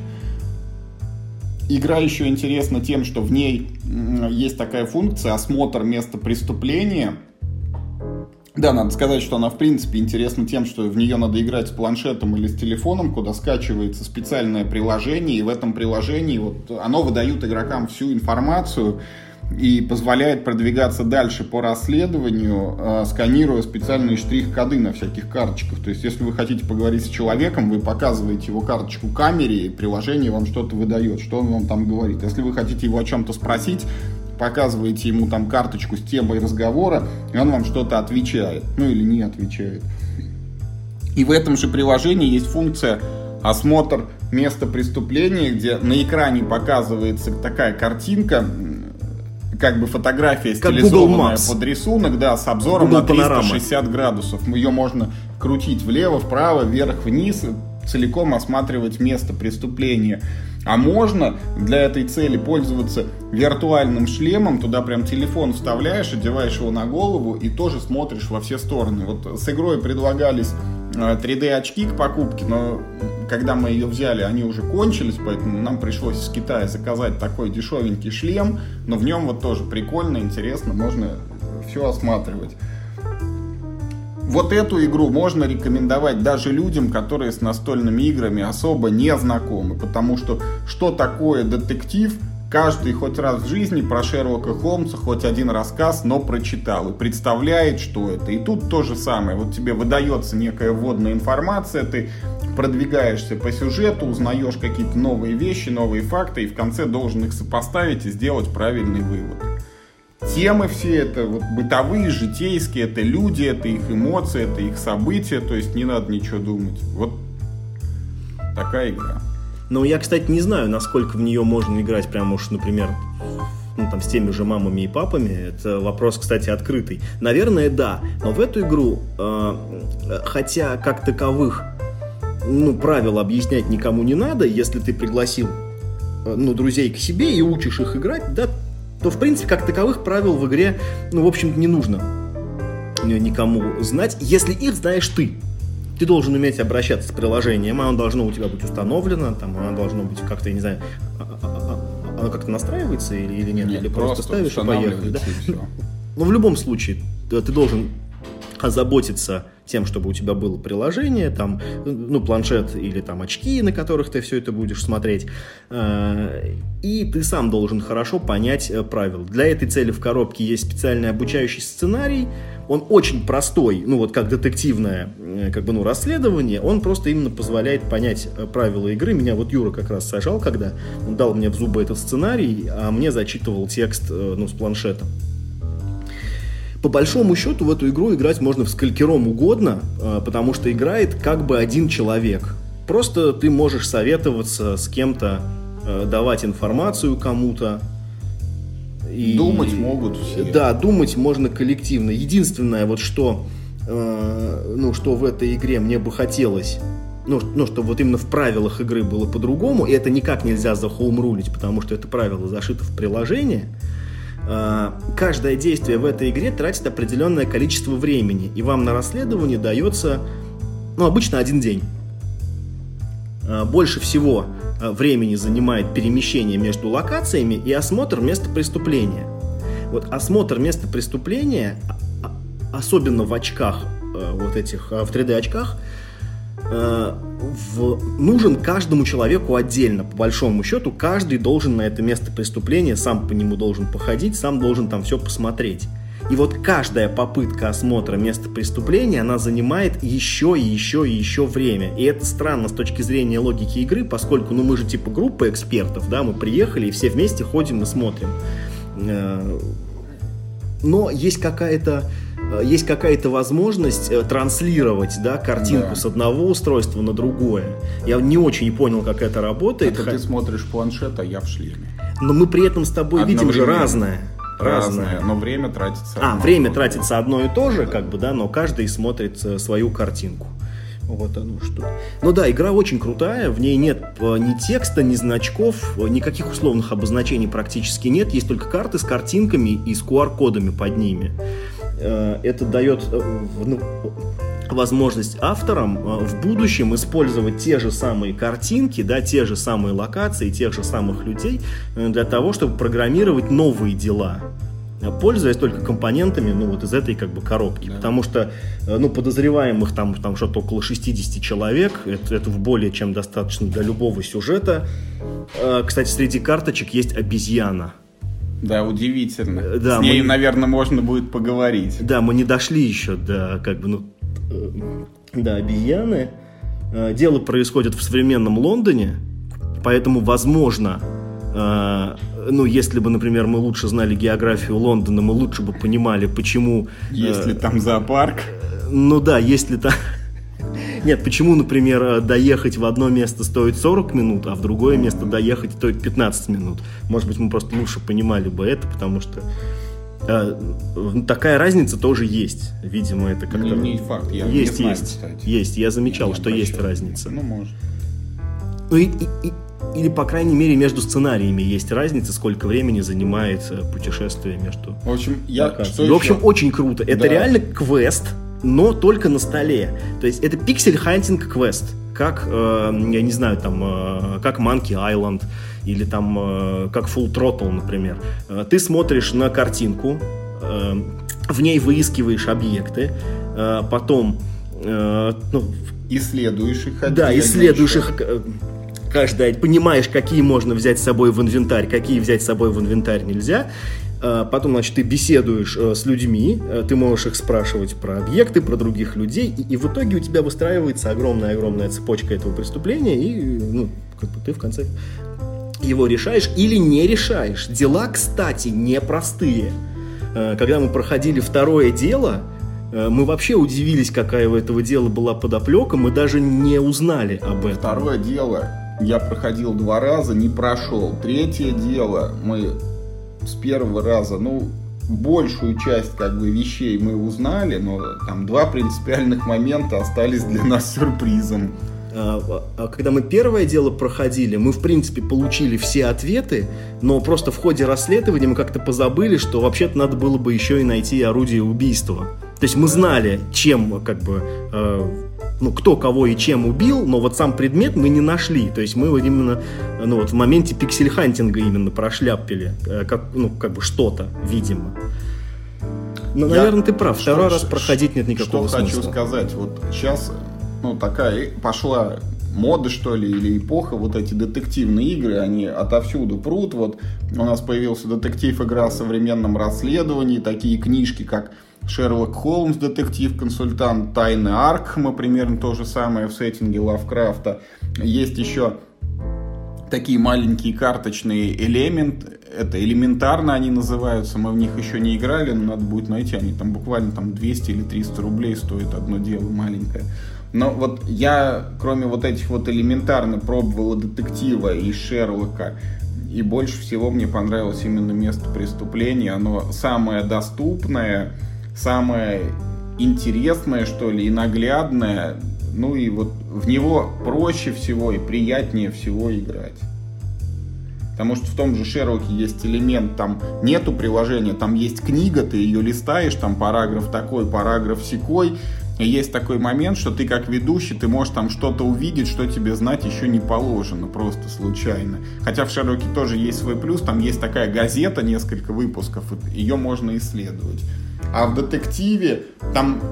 A: Игра еще интересна тем, что в ней есть такая функция осмотр места преступления. Да, надо сказать, что она в принципе интересна тем, что в нее надо играть с планшетом или с телефоном, куда скачивается специальное приложение, и в этом приложении вот оно выдает игрокам всю информацию и позволяет продвигаться дальше по расследованию, сканируя специальные штрих-коды на всяких карточках. То есть, если вы хотите поговорить с человеком, вы показываете его карточку камере, и приложение вам что-то выдает, что он вам там говорит. Если вы хотите его о чем-то спросить, показываете ему там карточку с темой разговора, и он вам что-то отвечает. Ну, или не отвечает. И в этом же приложении есть функция осмотр места преступления, где на экране показывается такая картинка, как бы фотография стилизованная под рисунок, да, с обзором Google на 360 градусов. Ее можно крутить влево, вправо, вверх, вниз, целиком осматривать место преступления. А можно для этой цели пользоваться виртуальным шлемом, туда прям телефон вставляешь, одеваешь его на голову и тоже смотришь во все стороны. Вот с игрой предлагались 3D-очки к покупке, но когда мы ее взяли, они уже кончились, поэтому нам пришлось из Китая заказать такой дешевенький шлем, но в нем вот тоже прикольно, интересно, можно все осматривать. Вот эту игру можно рекомендовать даже людям, которые с настольными играми особо не знакомы, потому что такое детектив, каждый хоть раз в жизни про Шерлока Холмса хоть один рассказ, но прочитал и представляет, что это. И тут то же самое. Вот тебе выдается некая вводная информация, ты продвигаешься по сюжету, узнаешь какие-то новые вещи, новые факты, и в конце должен их сопоставить и сделать правильный вывод. Темы все это вот бытовые, житейские, это люди, это их эмоции, это их события, то есть не надо ничего думать. Вот такая игра.
B: Но я, кстати, не знаю, насколько в нее можно играть прямо уж, например, с теми же мамами и папами. Это вопрос, кстати, открытый. Наверное, да. Но в эту игру, хотя как таковых правил объяснять никому не надо, если ты пригласил друзей к себе и учишь их играть, да, то, в принципе, как таковых правил в игре, в общем-то, не нужно никому знать, если их знаешь ты. Ты должен уметь обращаться с приложением, оно должно у тебя быть установлено, там, оно должно быть как-то, я не знаю, оно как-то настраивается или нет, или просто ставишь и поехали. Да? Но в любом случае ты должен озаботиться тем, чтобы у тебя было приложение, там, планшет или там очки, на которых ты все это будешь смотреть, и ты сам должен хорошо понять правила. Для этой цели в коробке есть специальный обучающий сценарий, он очень простой, как детективное расследование, он просто именно позволяет понять правила игры. Меня вот Юра как раз сажал, когда он дал мне в зубы этот сценарий, а мне зачитывал текст с планшета. По большому счету в эту игру играть можно в сколькиром угодно, потому что играет как бы один человек. Просто ты можешь советоваться с кем-то, давать информацию кому-то.
A: И думать могут все.
B: Да, думать можно коллективно. Единственное, что в этой игре мне бы хотелось, чтобы вот именно в правилах игры было по-другому, и это никак нельзя захоумрулить, потому что это правило зашито в приложение. Каждое действие в этой игре тратит определенное количество времени, и вам на расследование дается, обычно 1 день. Больше всего времени занимает перемещение между локациями и осмотр места преступления. Вот осмотр места преступления, особенно в очках, в 3D-очках, нужен каждому человеку отдельно. По большому счету, каждый должен на это место преступления, сам по нему должен походить, сам должен там все посмотреть. И вот каждая попытка осмотра места преступления, она занимает еще и еще и еще время. И это странно с точки зрения логики игры, поскольку мы же типа группа экспертов, да, мы приехали и все вместе ходим и смотрим. Но есть какая-то возможность транслировать, да, картинку с одного устройства на другое. Я не очень понял, как это работает.
A: Это ты смотришь планшет, а я в шлеме.
B: Но мы при этом с тобой видим же разное.
A: Но время тратится.
B: Время тратится одно и то же, как бы, да, но каждый смотрит свою картинку. Вот оно что. Ну да, игра очень крутая, в ней нет ни текста, ни значков, никаких условных обозначений практически нет, есть только карты с картинками и с QR-кодами под ними. Это дает возможность авторам в будущем использовать те же самые картинки, да, те же самые локации, тех же самых людей для того, чтобы программировать новые дела, пользуясь только компонентами, ну, вот из этой, как бы, коробки. Да. Потому что, ну, подозреваемых там что-то около 60 человек, это более чем достаточно для любого сюжета. Кстати, среди карточек есть обезьяна.
A: Да, удивительно. Да, с ней, наверное, можно будет поговорить.
B: Да, мы не дошли еще до, как бы, ну, да, обезьяны. Дело происходит в современном Лондоне, поэтому, возможно, ну, если бы, например, мы лучше знали географию Лондона, мы лучше бы понимали, почему...
A: Есть ли там зоопарк?
B: Ну да, есть ли там... Нет, почему, например, доехать в одно место стоит 40 минут, а в другое место доехать стоит 15 минут? Может быть, мы просто лучше понимали бы это, потому что такая разница тоже есть. Видимо, это как-то...
A: Не факт, я
B: есть,
A: не знаю,
B: есть,
A: кстати.
B: есть. Я замечал, что есть разница.
A: Ну, может.
B: Ну, или, по крайней мере, между сценариями есть разница, сколько времени занимает путешествие между...
A: В общем,
B: очень круто. Это реально квест, но только на столе. То есть это пиксель-хантинг квест. Как, я не знаю, там, как Monkey Island или там, как Full Throttle, например. Ты смотришь на картинку, в ней выискиваешь объекты, потом...
A: исследуешь их.
B: Да, исследуешь их... Каждый, понимаешь, какие можно взять с собой в инвентарь, какие взять с собой в инвентарь нельзя. Потом, значит, ты беседуешь с людьми, ты можешь их спрашивать про объекты, про других людей, и в итоге у тебя выстраивается огромная-огромная цепочка этого преступления, и, ну, как бы ты в конце его решаешь или не решаешь. Дела, кстати, непростые. Когда мы проходили второе дело, мы вообще удивились, какая у этого дела была подоплека, мы даже не узнали об этом.
A: Второе дело я проходил 2 раза, не прошел. Третье дело мы с первого раза, ну, большую часть, как бы, вещей мы узнали, но там 2 принципиальных момента остались для нас сюрпризом.
B: Когда мы первое дело проходили, мы, в принципе, получили все ответы, но просто в ходе расследования мы как-то позабыли, что вообще-то надо было бы еще и найти орудие убийства. То есть мы знали, чем, как бы, ну, кто кого и чем убил, но вот сам предмет мы не нашли. То есть мы именно, ну, вот в моменте пиксель-хантинга именно прошляпили, как бы что-то, видимо. Но, наверное, ты прав. Второй раз проходить нет никакого смысла.
A: Что хочу сказать, вот сейчас, ну, такая пошла мода, что ли, или эпоха, вот эти детективные игры, они отовсюду прут. Вот у нас появился детектив-игра о современном расследовании, такие книжки, как Шерлок Холмс, детектив-консультант, Тайны Аркхема, примерно то же самое в сеттинге Лавкрафта. Есть еще такие маленькие карточные элементы, это элементарно они называются, мы в них еще не играли, но надо будет найти, они там буквально там 200 или 300 рублей стоит одно дело маленькое. Но вот я, кроме вот этих вот элементарно, пробовал детектива и Шерлока, и больше всего мне понравилось именно место преступления. Оно самое доступное, самое интересное, что ли, и наглядное. Ну и вот в него проще всего и приятнее всего играть. Потому что в том же Шерлоке есть элемент, там нету приложения, там есть книга, ты ее листаешь, там параграф такой, параграф сякой. И есть такой момент, что ты как ведущий, ты можешь там что-то увидеть, что тебе знать еще не положено, просто случайно. Хотя в Шерлоке тоже есть свой плюс, там есть такая газета, несколько выпусков, ее можно исследовать. А в детективе там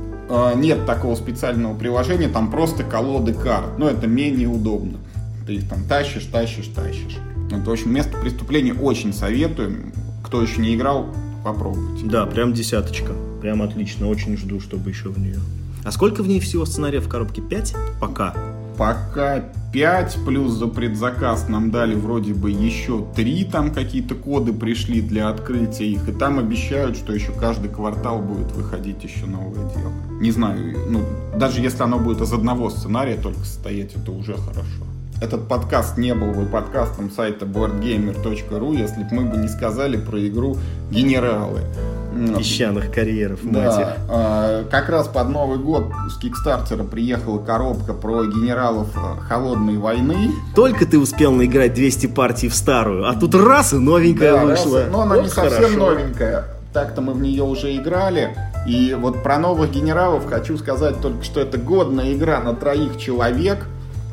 A: нет такого специального приложения, там просто колоды карт. Но это менее удобно. Ты их там тащишь. Вот, в общем, место преступления очень советуем. Кто еще не играл, попробуйте.
B: Да, прям 10. Прям отлично. Очень жду, чтобы еще в нее. А сколько в ней всего сценариев в коробке? 5? Пока.
A: пока 5, плюс за предзаказ нам дали вроде бы еще 3, там какие-то коды пришли для открытия их, и там обещают, что еще каждый квартал будет выходить еще новое дело. Не знаю, даже если оно будет из одного сценария только состоять, это уже хорошо. Этот подкаст не был бы подкастом сайта boardgamer.ru, если бы мы бы не сказали про игру «Генералы».
B: Песчаных карьеров, мать их.
A: Как раз под Новый год с Кикстартера приехала коробка про генералов Холодной войны.
B: Только ты успел наиграть 200 партий в старую, а тут раз и новенькая вышла.
A: Но она не совсем новенькая. Так-то мы в нее уже играли. И вот про новых генералов хочу сказать только, что это годная игра на 3 человек.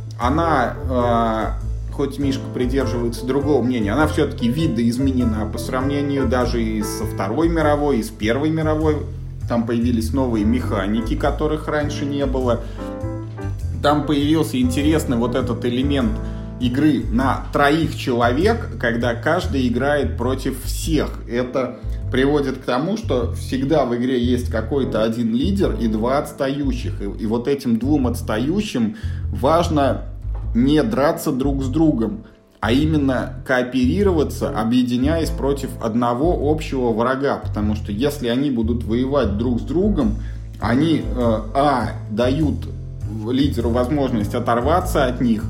A: Она... хоть Мишка придерживается другого мнения, она все-таки видоизменена по сравнению даже и со Второй мировой, и с Первой мировой. Там появились новые механики, которых раньше не было. Там появился интересный вот этот элемент игры на 3 человек, когда каждый играет против всех. Это приводит к тому, что всегда в игре есть какой-то один лидер и 2 отстающих. И вот этим 2 отстающим важно не драться друг с другом, а именно кооперироваться, объединяясь против одного общего врага. Потому что если они будут воевать друг с другом, они дают лидеру возможность оторваться от них,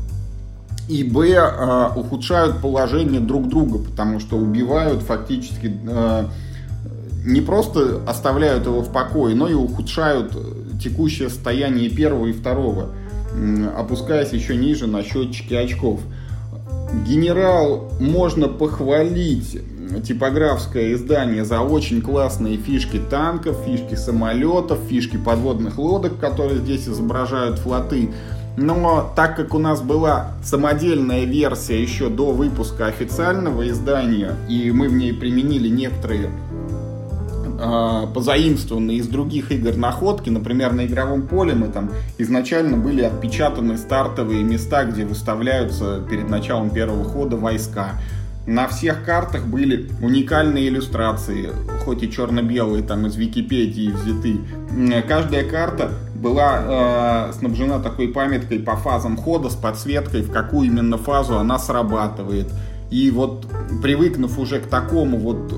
A: и ухудшают положение друг друга, потому что убивают фактически, не просто оставляют его в покое, но и ухудшают текущее состояние первого и второго, опускаясь еще ниже на счетчике очков. Генерал можно похвалить, типографское издание, за очень классные фишки танков, фишки самолетов, фишки подводных лодок, которые здесь изображают флоты. Но так как у нас была самодельная версия еще до выпуска официального издания, и мы в ней применили некоторые позаимствованные из других игр находки, например, на игровом поле мы там изначально были отпечатаны стартовые места, где выставляются перед началом первого хода войска. На всех картах были уникальные иллюстрации, хоть и черно-белые, там из Википедии взяты. Каждая карта была снабжена такой памяткой по фазам хода с подсветкой, в какую именно фазу она срабатывает. И вот привыкнув уже к такому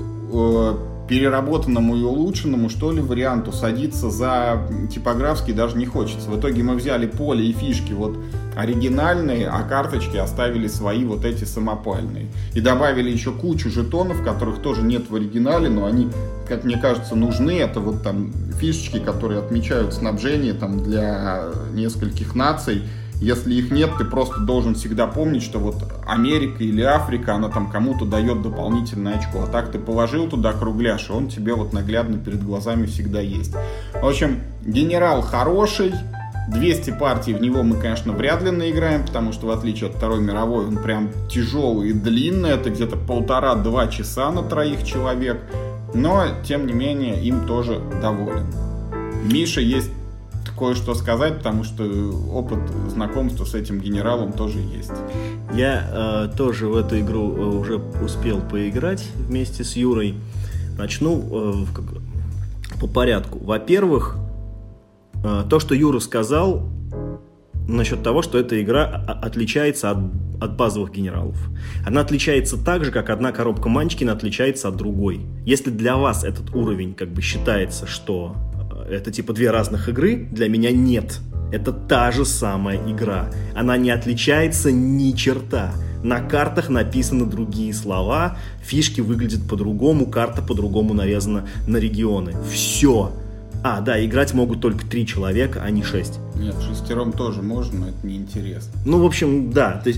A: вот переработанному и улучшенному, что ли, варианту, садиться за типографский даже не хочется. В итоге мы взяли поле и фишки вот оригинальные, а карточки оставили свои вот эти самопальные. И добавили еще кучу жетонов, которых тоже нет в оригинале, но они, как мне кажется, нужны. Это вот там фишечки, которые отмечают снабжение там для нескольких наций. Если их нет, ты просто должен всегда помнить, что вот Америка или Африка, она там кому-то дает дополнительное очко. А так ты положил туда кругляш, и он тебе вот наглядно перед глазами всегда есть. В общем, генерал хороший. 200 партий в него мы, конечно, вряд ли наиграем, потому что, в отличие от Второй мировой, он прям тяжелый и длинный. Это где-то 1,5-2 часа на 3 человек. Но, тем не менее, им тоже доволен. Миша есть кое-что сказать, потому что опыт знакомства с этим генералом тоже есть.
B: Я тоже в эту игру уже успел поиграть вместе с Юрой. Начну по порядку. Во-первых, то, что Юра сказал насчет того, что эта игра отличается от базовых генералов. Она отличается так же, как одна коробка Манчкина отличается от другой. Если для вас этот уровень как бы считается, что это типа 2 разных игры, для меня нет. Это та же самая игра. Она не отличается ни черта. На картах написаны другие слова, фишки выглядят по-другому, карта по-другому нарезана на регионы. Все. Да, играть могут только 3 человека, а не 6.
A: Нет, 6 тоже можно, но это неинтересно.
B: Ну, в общем, да. То есть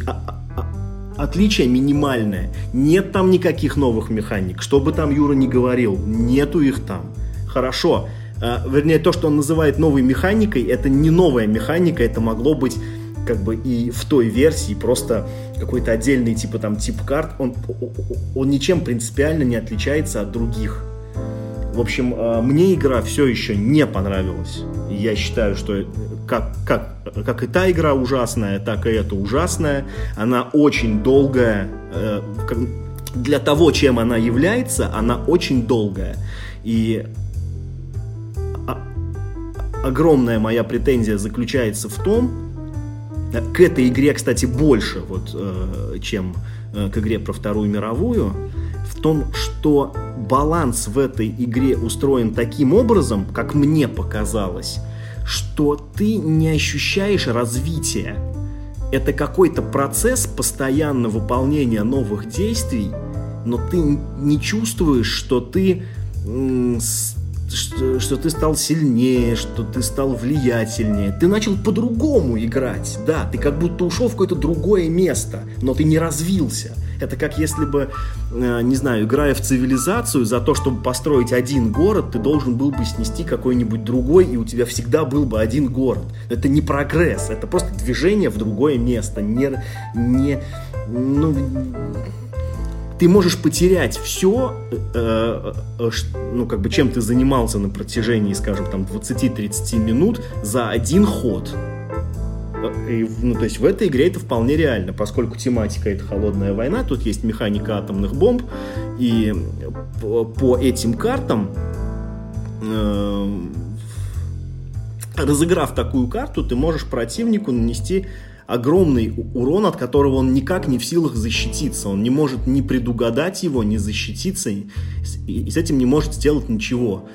B: отличие минимальное. Нет там никаких новых механик. Что бы там Юра ни говорил, нету их там. Хорошо. Вернее, то, что он называет новой механикой, это не новая механика, это могло быть как бы и в той версии просто какой-то отдельный типа там тип карт. Он ничем принципиально не отличается от других. В общем, мне игра все еще не понравилась. Я считаю, что как и та игра ужасная, так и эта ужасная. Она очень долгая. Для того, чем она является, она очень долгая. И огромная моя претензия заключается в том, к этой игре, кстати, больше, вот, чем к игре про Вторую мировую, в том, что баланс в этой игре устроен таким образом, как мне показалось, что ты не ощущаешь развития. Это какой-то процесс постоянного выполнения новых действий, но ты не чувствуешь, что ты стал сильнее, что ты стал влиятельнее. Ты начал по-другому играть. Да, ты как будто ушел в какое-то другое место, но ты не развился. Это как если бы, не знаю, играя в цивилизацию, за то, чтобы построить один город, ты должен был бы снести какой-нибудь другой, и у тебя всегда был бы один город. Это не прогресс, это просто движение в другое место. Ты можешь потерять все, чем ты занимался на протяжении, скажем, там, 20-30 минут за один ход. То есть в этой игре это вполне реально, поскольку тематика — это холодная война, тут есть механика атомных бомб, и по этим картам, разыграв такую карту, ты можешь противнику нанести огромный урон, от которого он никак не в силах защититься. Он не может ни предугадать его, ни защититься, и с этим не может сделать ничего.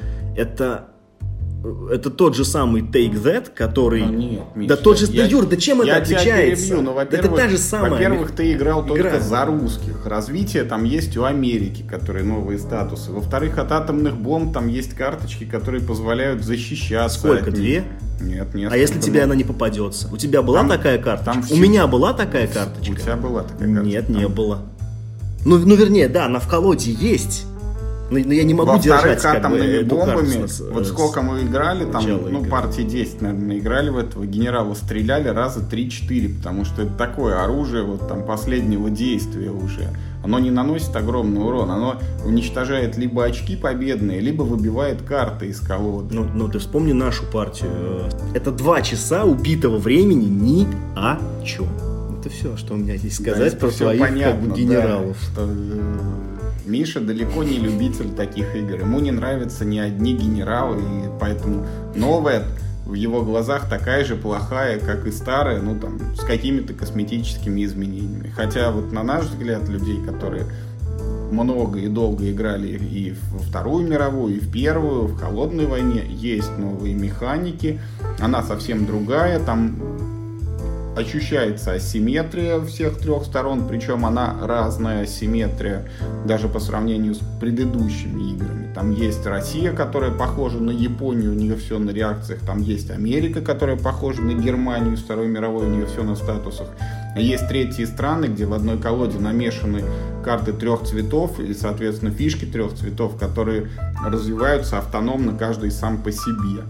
B: Это тот же самый Take That, который...
A: Нет, Миша,
B: да тот же... Юр, да чем это отличается?
A: Тебя перебью,
B: это та же самая...
A: Во-первых, ты играл только за русских. Развитие там есть у Америки, которые новые статусы. Во-вторых, от атомных бомб там есть карточки, которые позволяют защищаться.
B: Сколько? 2?
A: Нет.
B: А если тебе она не попадется? У тебя была такая карточка? У меня была такая карточка?
A: У тебя была такая карточка?
B: Нет, не было. Ну, вернее, да, она в колоде есть. Но я не могу держать
A: атомными бомбами,
B: вот
A: сколько мы играли, там, партии 10, наверное, играли в этого генерала, стреляли раза 3-4, потому что это такое оружие вот там последнего действия уже. Оно не наносит огромный урон, оно уничтожает либо очки победные, либо выбивает карты из колоды.
B: Ну ты вспомни нашу партию. Это 2 часа убитого времени ни о чем. Это все, что у меня есть сказать про твоих генералов.
A: Да, что Миша далеко не любитель таких игр. Ему не нравятся ни одни генералы, и поэтому новая в его глазах такая же плохая, как и старая, с какими-то косметическими изменениями. Хотя вот на наш взгляд, людей, которые много и долго играли и во Вторую мировую, и в Первую, в Холодной войне, есть новые механики. Она совсем другая, там ощущается асимметрия всех 3 сторон, причем она разная асимметрия даже по сравнению с предыдущими играми. Там есть Россия, которая похожа на Японию, у нее все на реакциях. Там есть Америка, которая похожа на Германию, с Второй мировой, у нее все на статусах. Есть третьи страны, где в одной колоде намешаны карты 3 цветов и, соответственно, фишки 3 цветов, которые развиваются автономно, каждый сам по себе.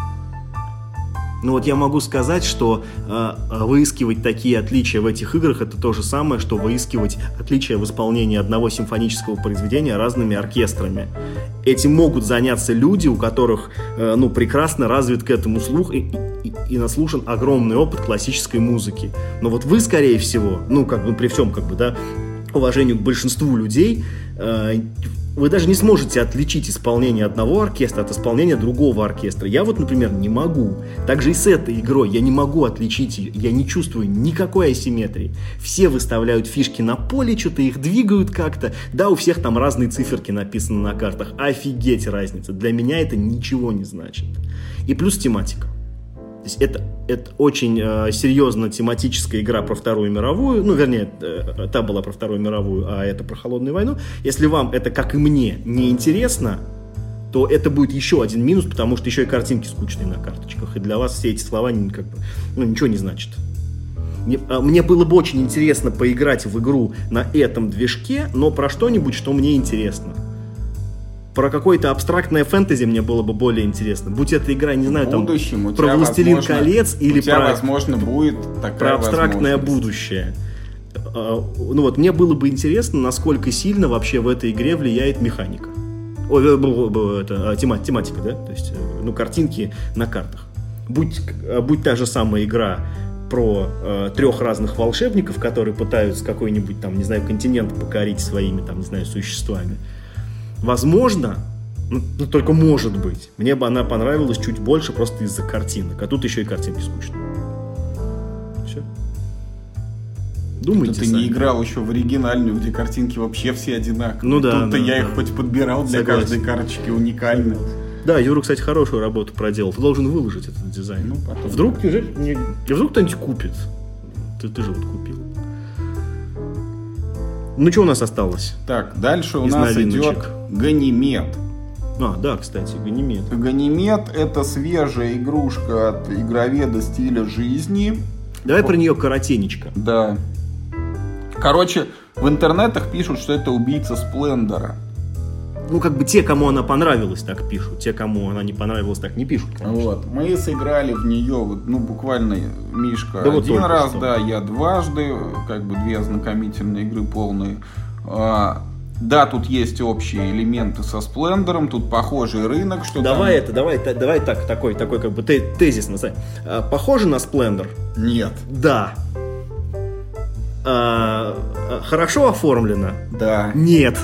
B: Ну вот я могу сказать, что выискивать такие отличия в этих играх — это то же самое, что выискивать отличия в исполнении одного симфонического произведения разными оркестрами. Этим могут заняться люди, у которых прекрасно развит к этому слух и наслушан огромный опыт классической музыки. Но вот вы, скорее всего, при всем уважению к большинству людей, вы даже не сможете отличить исполнение одного оркестра от исполнения другого оркестра. Я вот, например, не могу. Также и с этой игрой я не могу отличить ее. Я не чувствую никакой асимметрии. Все выставляют фишки на поле, что-то их двигают как-то. Да, у всех там разные циферки написаны на картах. Офигеть разница. Для меня это ничего не значит. И плюс тематика. То есть это очень серьезно тематическая игра про Вторую мировую. Та была про Вторую мировую, а это про Холодную войну. Если вам это, как и мне, не интересно, то это будет еще один минус, потому что еще и картинки скучные на карточках. И для вас все эти слова ничего не значат. Мне было бы очень интересно поиграть в игру на этом движке, но про что-нибудь, что мне интересно. Про какое-то абстрактное фэнтези мне было бы более интересно. Будь эта игра, не знаю, про «Властелин колец» или
A: возможно, будет такая
B: про абстрактное будущее. Мне было бы интересно, насколько сильно вообще в этой игре влияет механика. Тематика, да? То есть, картинки на картах. Будь та же самая игра про 3 разных волшебников, которые пытаются какой-нибудь континент покорить своими существами. Возможно, только может быть, мне бы она понравилась чуть больше просто из-за картинок. А тут еще и картинки скучные. Все. Думайте
A: ты
B: сами.
A: не играл еще в оригинальную, где картинки вообще все одинаковые.
B: Ну да.
A: Тут-то я их хоть подбирал для каждой карточки уникально.
B: Да, Юра, кстати, хорошую работу проделал. Ты должен выложить этот дизайн.
A: Ну, потом.
B: Вдруг кто-нибудь купит. Ты же вот купил. Ну, что у нас осталось?
A: Так, дальше у нас идет Ганимед.
B: Да, кстати, Ганимед.
A: Ганимед — это свежая игрушка от игроведа стиля жизни.
B: Давай про нее коротенечко.
A: Да. Короче, в интернетах пишут, что это убийца Сплендера.
B: Ну, как бы те, кому она понравилась, так пишут. Те, кому она не понравилась, так не пишут, конечно.
A: Вот. Мы сыграли в нее, буквально, Мишка
B: да
A: один
B: вот
A: раз,
B: что.
A: да, я дважды, как бы 2 ознакомительные игры полные. Да, тут есть общие элементы со Сплендером, тут похожий рынок, что
B: давай такой как бы тезис назовем. Похоже на Сплендер?
A: Нет.
B: Да. Хорошо оформлено?
A: Да.
B: Нет.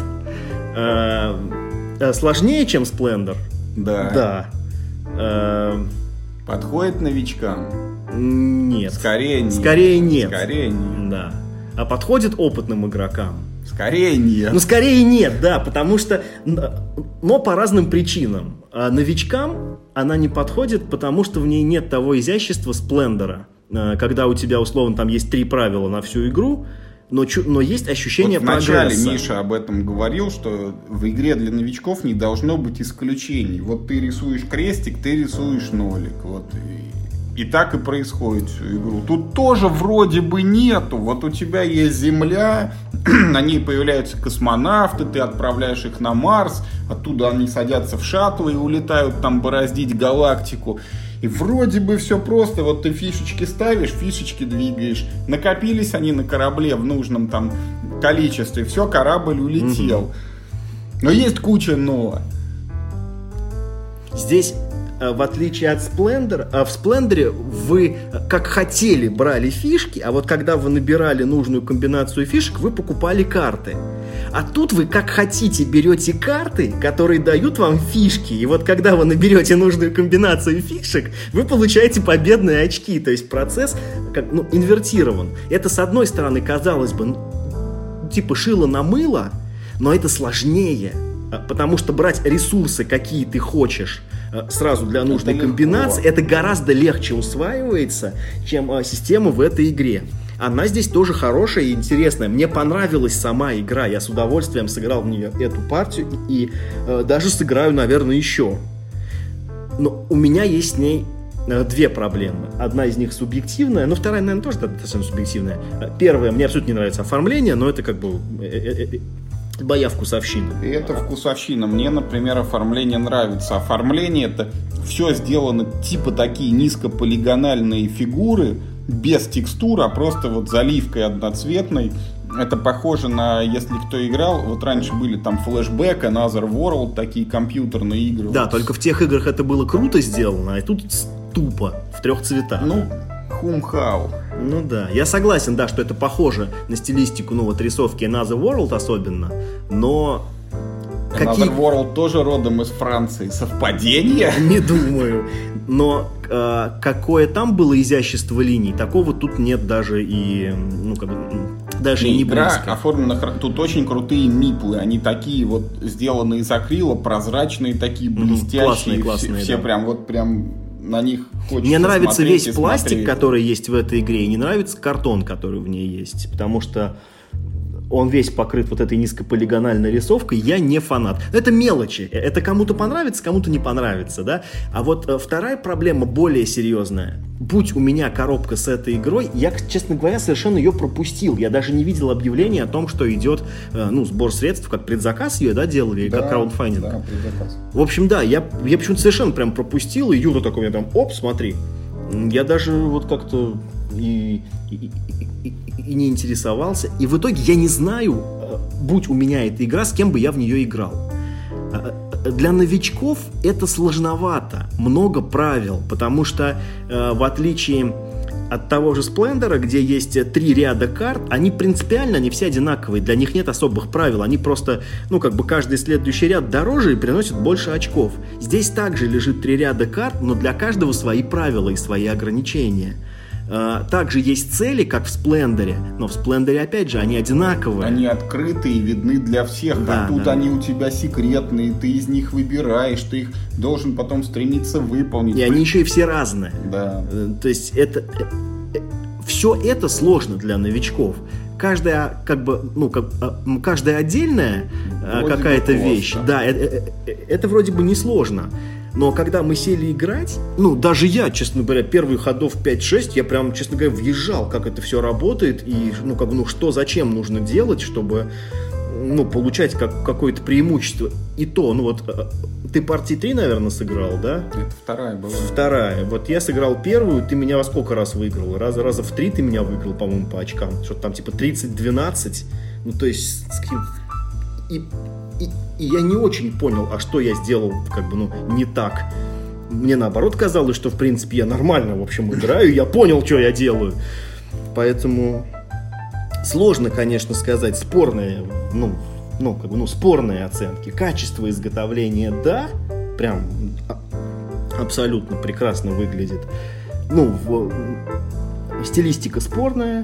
B: Сложнее, чем Сплендер?
A: Да.
B: Да.
A: Подходит новичкам?
B: Нет.
A: Скорее нет.
B: Скорее нет.
A: Скорее нет.
B: Да. А подходит опытным игрокам?
A: Скорее нет.
B: Ну, скорее нет, да, потому что... Но по разным причинам. А новичкам она не подходит, потому что в ней нет того изящества Сплендера. Когда у тебя, условно, там есть 3 правила на всю игру, но есть ощущение прогресса.
A: Вначале Миша об этом говорил, что в игре для новичков не должно быть исключений. Вот ты рисуешь крестик, ты рисуешь нолик. Вот. И так и происходит всю игру. Тут тоже вроде бы нету. Вот у тебя есть Земля, на ней появляются космонавты, ты отправляешь их на Марс, оттуда они садятся в шаттлы и улетают там бороздить галактику. И вроде бы все просто, вот ты фишечки ставишь, фишечки двигаешь. Накопились они на корабле в нужном там количестве, все, корабль улетел. Но есть куча «но».
B: Здесь, в отличие от Сплендера, в Сплендере вы как хотели брали фишки, а вот когда вы набирали нужную комбинацию фишек, вы покупали карты. А тут вы как хотите берете карты, которые дают вам фишки, и вот когда вы наберете нужную комбинацию фишек, вы получаете победные очки. То есть процесс инвертирован. Это, с одной стороны, казалось бы, типа шило на мыло, но это сложнее. Потому что брать ресурсы, какие ты хочешь, сразу для нужной комбинации, это гораздо легче усваивается, чем система в этой игре. Она здесь тоже хорошая и интересная. Мне понравилась сама игра. Я с удовольствием сыграл в нее эту партию и даже сыграю, наверное, еще. Но у меня есть с ней 2 проблемы. Одна из них субъективная, но вторая, наверное, тоже достаточно субъективная. Первая, мне абсолютно не нравится оформление, но это как бы... моя вкусовщина.
A: И это вкусовщина. Мне, например, оформление нравится. Оформление — это все сделано типа такие низкополигональные фигуры, без текстур, а просто вот заливкой одноцветной. Это похоже на, если кто играл, вот раньше были там Flashback, Another World, такие компьютерные игры.
B: Да, только в тех играх это было круто сделано, а тут тупо, в 3 цветах.
A: Ну, хумхау.
B: Ну да, я согласен, да, что это похоже на стилистику, рисовки Another World особенно, но...
A: Another World тоже родом из Франции. Совпадение?
B: Не думаю. Но какое там было изящество линий, такого тут нет даже и... даже и не близко.
A: Игра оформлена... Тут очень крутые миплы. Они такие вот сделаны из акрила, прозрачные такие, блестящие.
B: Классные,
A: все
B: да.
A: прям на них хочется.
B: Мне нравится весь
A: и
B: пластик,
A: смотреть.
B: который есть в этой игре, и не нравится картон, который в ней есть, потому что он весь покрыт вот этой низкополигональной рисовкой. Я не фанат. Это мелочи. Это кому-то понравится, кому-то не понравится, да? А вот вторая проблема более серьезная. Будь у меня коробка с этой игрой, я, честно говоря, совершенно ее пропустил. Я даже не видел объявления о том, что идет сбор средств, как предзаказ ее, да, делали,
A: да,
B: как краудфандинг.
A: Да, предзаказ.
B: В общем, да, я почему-то совершенно прям пропустил, и Юра такой мне там, смотри. Я даже вот как-то и не интересовался. И в итоге я не знаю, будь у меня эта игра, с кем бы я в нее играл. Для новичков это сложновато. Много правил, потому что в отличие от того же Сплендера, где есть 3 ряда карт, они принципиально, они все одинаковые. Для них нет особых правил. Они просто, каждый следующий ряд дороже и приносит больше очков. Здесь также лежит 3 ряда карт, но для каждого свои правила и свои ограничения. Также есть цели, как в Сплендере, но в Сплендере, опять же, они одинаковые.
A: Они открытые и видны для всех,
B: да,
A: а тут они у тебя секретные, ты из них выбираешь, ты их должен потом стремиться выполнить.
B: И они еще и все разные.
A: Да.
B: То есть все это сложно для новичков. Каждая, каждая отдельная вроде какая-то вещь, да, это вроде бы несложно. Но когда мы сели играть, даже я, честно говоря, первых ходов 5-6, я прям, честно говоря, въезжал, как это все работает и, что, зачем нужно делать, чтобы, получать какое-то преимущество. И то, ты партии 3, наверное, сыграл, да?
A: Это вторая была.
B: Вторая. Вот я сыграл первую, ты меня во сколько раз выиграл? Раза в 3 ты меня выиграл, по-моему, по очкам. Что-то там типа 30-12. То есть... И я не очень понял, а что я сделал, не так. Мне наоборот казалось, что, в принципе, я нормально, в общем, играю, я понял, что я делаю. Поэтому сложно, конечно, сказать, спорные, спорные оценки. Качество изготовления, да, прям абсолютно прекрасно выглядит. Стилистика спорная,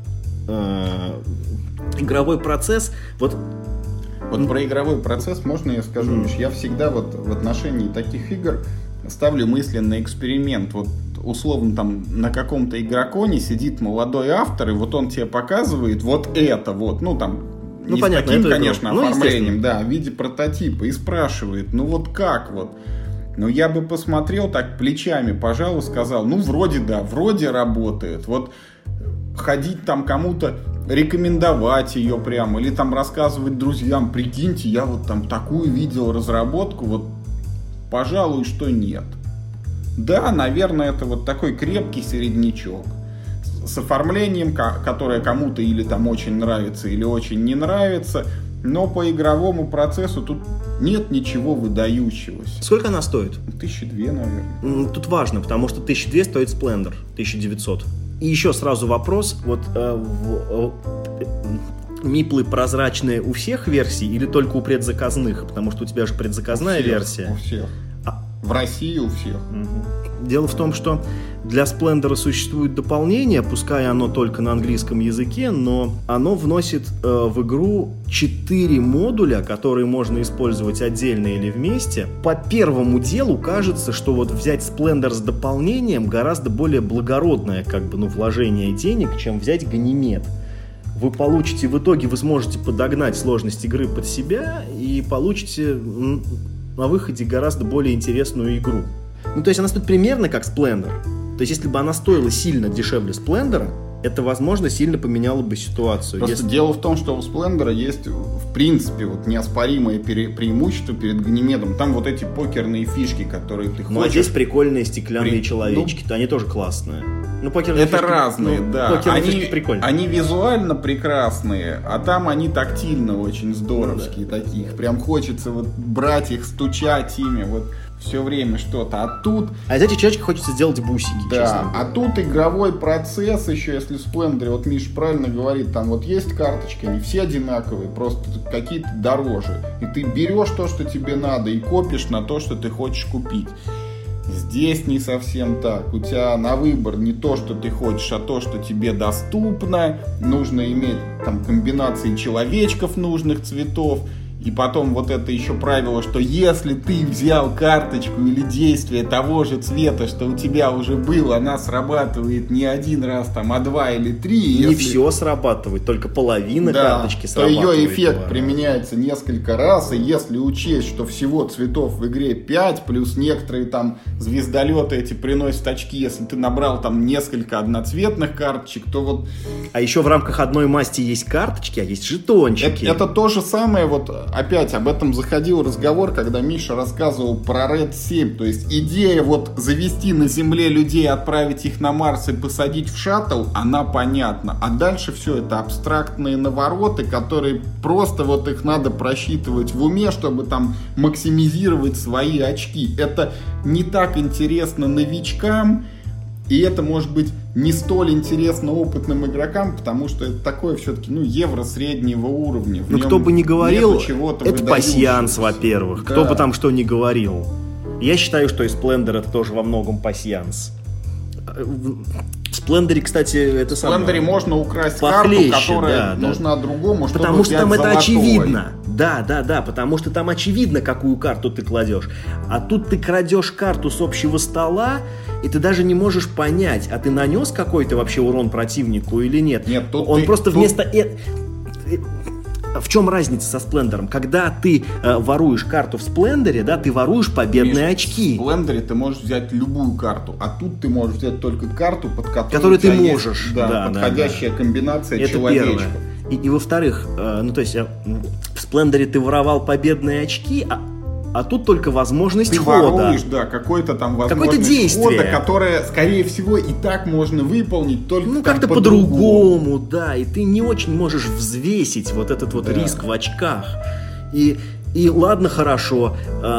B: игровой процесс,
A: Вот про игровой процесс можно я скажу, Миш? Я всегда в отношении таких игр ставлю мысленный эксперимент. Вот условно там на каком-то игроконе сидит молодой автор, и вот он тебе показывает вот это вот, не понятно, с таким, конечно, оформлением, да, в виде прототипа, и спрашивает, как вот? Я бы посмотрел так плечами, пожалуй, сказал, вроде да, вроде работает. Вот ходить там кому-то рекомендовать ее прямо, или там рассказывать друзьям, прикиньте, я вот там такую видел разработку, пожалуй, что нет. Да, наверное, это вот такой крепкий середнячок. С оформлением, которое кому-то или там очень нравится, или очень не нравится, но по игровому процессу тут нет ничего выдающегося.
B: Сколько она стоит?
A: 1002, наверное.
B: Тут важно, потому что 1002 стоит Splendor, 1900. И еще сразу вопрос, миплы прозрачные у всех версий или только у предзаказных? Потому что у тебя же предзаказная версия.
A: У всех. В России у всех.
B: Дело в том, что для Splendor существует дополнение, пускай оно только на английском языке, но оно вносит в игру 4 модуля, которые можно использовать отдельно или вместе. По первому делу кажется, что взять Splendor с дополнением гораздо более благородное вложение денег, чем взять Ганимед. Вы получите, в итоге вы сможете подогнать сложность игры под себя и получите на выходе гораздо более интересную игру. То есть она стоит примерно как Splendor. То есть если бы она стоила сильно дешевле Splendor, это, возможно, сильно поменяло бы ситуацию.
A: Просто дело в том, что у Splendor есть, в принципе, неоспоримое преимущество перед Ганимедом. Там эти покерные фишки, которые ты хочешь.
B: А здесь прикольные стеклянные человечки-то, они тоже классные. Покерные
A: это фишки, разные, да. Они визуально прекрасные, а там они тактильно очень здоровские такие. Прям хочется брать их, стучать ими, все время что-то. А тут...
B: А из этих человечек хочется сделать бусики,
A: да,
B: честно.
A: А тут игровой процесс еще, если в Splendor, Миша правильно говорит, там есть карточки, они все одинаковые, просто какие-то дороже. И ты берешь то, что тебе надо, и копишь на то, что ты хочешь купить. Здесь не совсем так. У тебя на выбор не то, что ты хочешь, а то, что тебе доступно. Нужно иметь там комбинации человечков нужных цветов. И потом это еще правило, что если ты взял карточку или действие того же цвета, что у тебя уже было, она срабатывает не один раз, а 2 или 3.
B: Не все срабатывает, только половина карточки срабатывает.
A: То ее эффект применяется несколько раз, и если учесть, что всего цветов в игре 5, плюс некоторые там звездолеты эти приносят очки, если ты набрал там несколько одноцветных карточек, то
B: А еще в рамках одной масти есть карточки, а есть жетончики.
A: Это то же самое, опять об этом заходил разговор, когда Миша рассказывал про Red 7. То есть идея завести на Земле людей, отправить их на Марс и посадить в шаттл, она понятна. А дальше все это абстрактные навороты, которые просто их надо просчитывать в уме, чтобы там максимизировать свои очки. Это не так интересно новичкам. И это может быть не столь интересно опытным игрокам, потому что это такое все-таки, евро среднего уровня.
B: Кто бы ни говорил, это пасьянс, во-первых. Да. Кто бы там что ни говорил. Я считаю, что и Splendor это тоже во многом пасьянс. В Сплендере, кстати, это самое...
A: В Сплендере можно украсть
B: похлеще,
A: карту, которая нужна другому, чтобы
B: потому что там это
A: золотой.
B: очевидно. Да, потому что там очевидно, какую карту ты кладешь. А тут ты крадешь карту с общего стола, и ты даже не можешь понять, а ты нанес какой-то вообще урон противнику или нет.
A: Нет, тут
B: он
A: ты,
B: просто
A: тут...
B: вместо... В чем разница со Сплендером? Когда ты воруешь карту в Сплендере, да, ты воруешь победные очки.
A: В Сплендере ты можешь взять любую карту, а тут ты можешь взять только карту, под
B: которую ты можешь.
A: Есть, подходящая комбинация это человечка.
B: И во-вторых, в Сплендере ты воровал победные очки, а тут только возможность
A: ты
B: хода.
A: Воруешь, какой-то там возможность
B: какое-то действие.
A: хода, которое, скорее всего, и так можно выполнить, только
B: как-то по-другому, да, и ты не очень можешь взвесить вот этот вот риск в очках. И ладно, хорошо,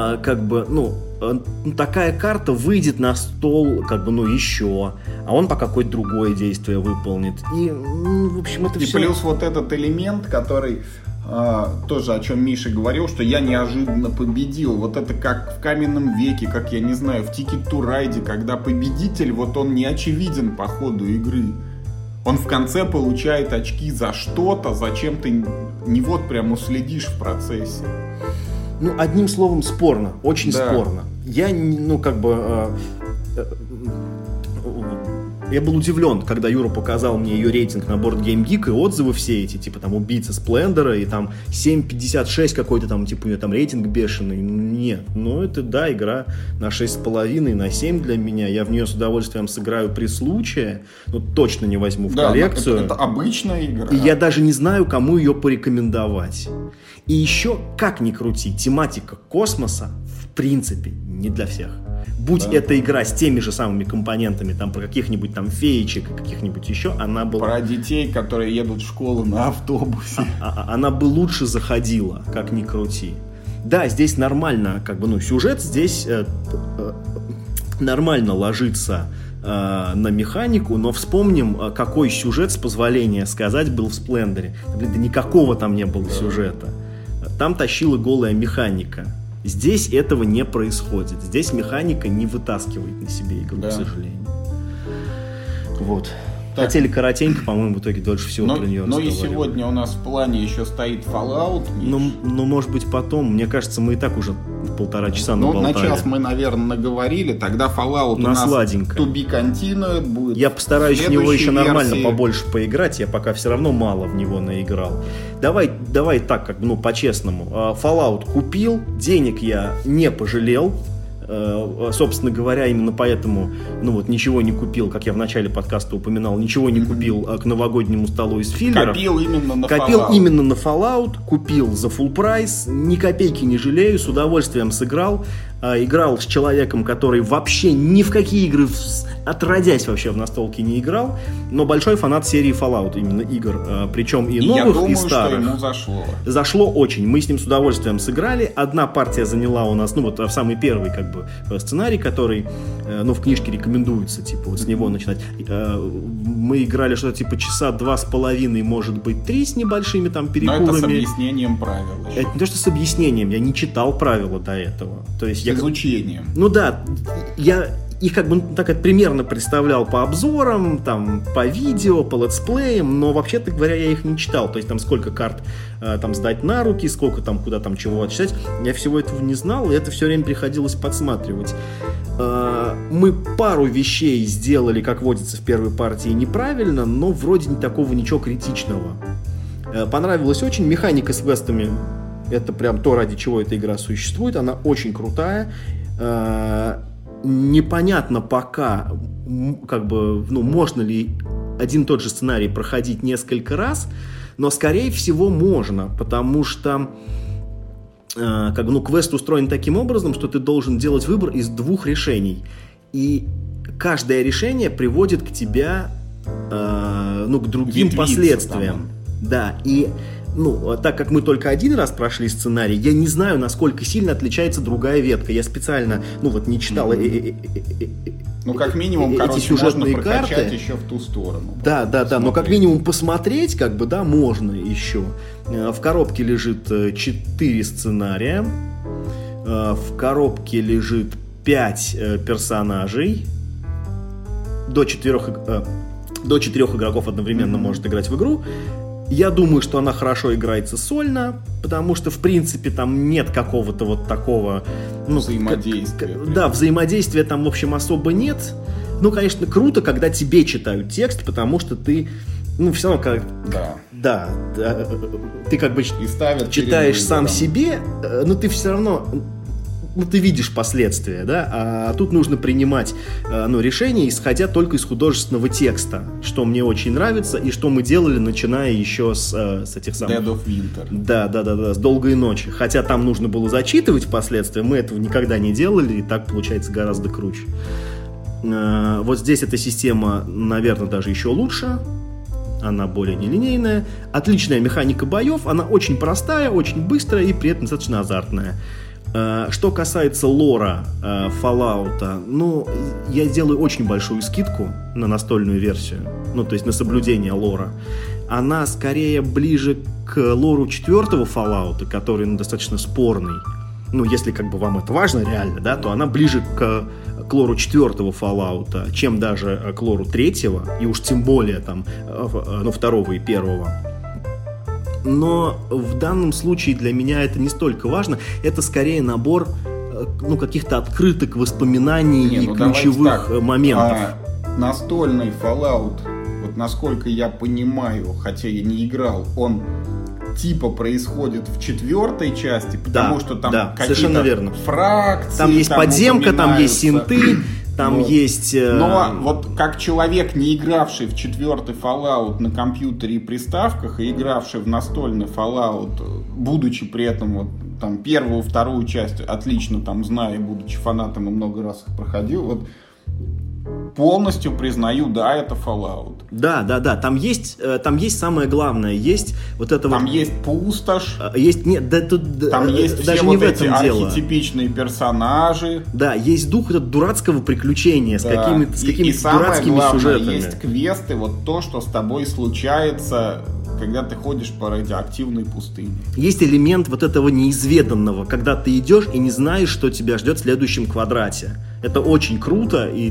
B: такая карта выйдет на стол, еще, а он пока какое-то другое действие выполнит. И, в общем, это все...
A: И плюс вот этот элемент, который... тоже о чем Миша говорил, что я неожиданно победил. Вот это как в каменном веке, как, я не знаю, в Ticket to Ride, когда победитель, вот он не очевиден по ходу игры. Он в конце получает очки за что-то, зачем ты не вот прям уследишь в процессе.
B: Одним словом, спорно, очень спорно. Я был удивлен, когда Юра показал мне ее рейтинг на Board Game Geek и отзывы все эти, убийца Сплендера, и там 7.56 какой-то там, у нее там рейтинг бешеный. Нет, это, игра на 6,5, на 7 для меня. Я в нее с удовольствием сыграю при случае, но точно не возьму в коллекцию.
A: Это обычная игра.
B: И я даже не знаю, кому ее порекомендовать. И еще, как ни крути, тематика космоса, в принципе, не для всех. Будь эта игра с теми же самыми компонентами, про каких-нибудь феечек и каких-нибудь еще, она была...
A: Про детей, которые едут в школу на автобусе.
B: Она бы лучше заходила, как ни крути. Да, здесь нормально, сюжет здесь нормально ложится на механику, но вспомним, какой сюжет, с позволения сказать, был в Сплендере. Да никакого там не было сюжета. Там тащила голая механика. Здесь этого не происходит. Здесь механика не вытаскивает на себе игру, к сожалению. Вот. Так. Хотели коротенько, по-моему, в итоге дольше всего про нее разговаривали.
A: Но и сегодня у нас в плане еще стоит Fallout.
B: Может быть, потом. Мне кажется, мы и так уже 1,5 часа наболтали.
A: На час мы, наверное, наговорили. Тогда Fallout у нас
B: сладенько.
A: To be continued будет.
B: Я постараюсь в него еще нормально побольше поиграть. Я пока все равно мало в него наиграл. Давай так, по-честному. Fallout купил, денег я не пожалел. Собственно говоря, именно поэтому ничего не купил, как я в начале подкаста упоминал, ничего не купил к новогоднему столу из филлеров.
A: Копил именно
B: на Fallout, купил за full прайс, ни копейки не жалею, с удовольствием сыграл. Играл с человеком, который вообще ни в какие игры отродясь вообще в настолке не играл, но большой фанат серии Fallout, именно игр, причем и новых, и старых.
A: Что ему зашло.
B: Зашло очень, мы с ним с удовольствием сыграли. Одна партия заняла у нас, в самый первый сценарий, который, в книжке рекомендуется, с него начинать. Мы играли что-то часа 2,5, может быть, 3 с небольшими перекурами.
A: Но это с объяснением правил.
B: Это не то, что с объяснением, я не читал правила до этого. То есть
A: изучением.
B: Я их примерно представлял по обзорам, по видео, по летсплеям, но вообще-то говоря, я их не читал. То есть сколько карт сдать на руки, сколько куда чего отчитать. Я всего этого не знал, и это все время приходилось подсматривать. Мы пару вещей сделали, как водится, в первой партии неправильно, но вроде такого ничего критичного. Понравилось очень. Механика с квестами — это прям то, ради чего эта игра существует. Она очень крутая. Непонятно пока, можно ли один и тот же сценарий проходить несколько раз, но, скорее всего, можно, потому что квест устроен таким образом, что ты должен делать выбор из 2 решений, и каждое решение приводит к тебя к другим последствиям. Да, и так как мы только один раз прошли сценарий, я не знаю, насколько сильно отличается другая ветка. Я специально, не читал
A: как минимум,
B: эти сюжетные
A: можно прокачать
B: карты.
A: Еще в ту сторону.
B: Да, но как минимум посмотреть, можно еще. В коробке лежит 4 сценария. В коробке лежит 5 персонажей. До 4 до 4 игроков одновременно может играть в игру. Я думаю, что она хорошо играется сольно, потому что, в принципе, там нет какого-то вот такого...
A: взаимодействия.
B: Да, взаимодействия там, в общем, особо нет. Ну, конечно, круто, когда тебе читают текст, потому что ты, все равно как... Да, ты как бы читаешь сам себе, но ты все равно... ты видишь последствия, да, а тут нужно принимать решения, исходя только из художественного текста, что мне очень нравится и что мы делали, начиная еще с этих самых...
A: Dead of Winter.
B: Да, с «Долгой ночи». Хотя там нужно было зачитывать впоследствии, мы этого никогда не делали, и так получается гораздо круче. Вот здесь эта система, наверное, даже еще лучше. Она более нелинейная. Отличная механика боев, она очень простая, очень быстрая и при этом достаточно азартная. Что касается лора Fallout, я делаю очень большую скидку на настольную версию, то есть на соблюдение лора. Она скорее ближе к лору 4-го Fallout, который достаточно спорный. Если как бы вам это важно реально, да, то она ближе к лору 4-го Fallout, чем даже к лору 3-го, и уж тем более там 2-го и 1-го. Но в данном случае для меня это не столько важно, это скорее набор каких-то открыток, воспоминаний и ключевых моментов.
A: Настольный Fallout, вот насколько я понимаю, хотя я не играл, он типа происходит в 4-й части, потому что там какие-то фракции.
B: Там есть подземка, там есть синты. Там есть...
A: Но вот как человек, не игравший в 4-й Fallout на компьютере и приставках, и игравший в настольный Fallout, будучи при этом там 1-ю, 2-ю часть отлично там знаю, будучи фанатом и много раз их проходил, полностью признаю, да, это Fallout.
B: Да, там есть самое главное, есть вот это
A: там есть пустошь,
B: там
A: есть
B: даже
A: все
B: не
A: вот
B: в
A: эти
B: этом дело.
A: архетипичные персонажи.
B: Да, есть дух дурацкого приключения с какими-то дурацкими
A: главное,
B: сюжетами.
A: Есть квесты, то, что с тобой случается, когда ты ходишь по радиоактивной пустыне.
B: Есть элемент вот этого неизведанного, когда ты идешь и не знаешь, что тебя ждет в следующем квадрате. Это очень круто, и,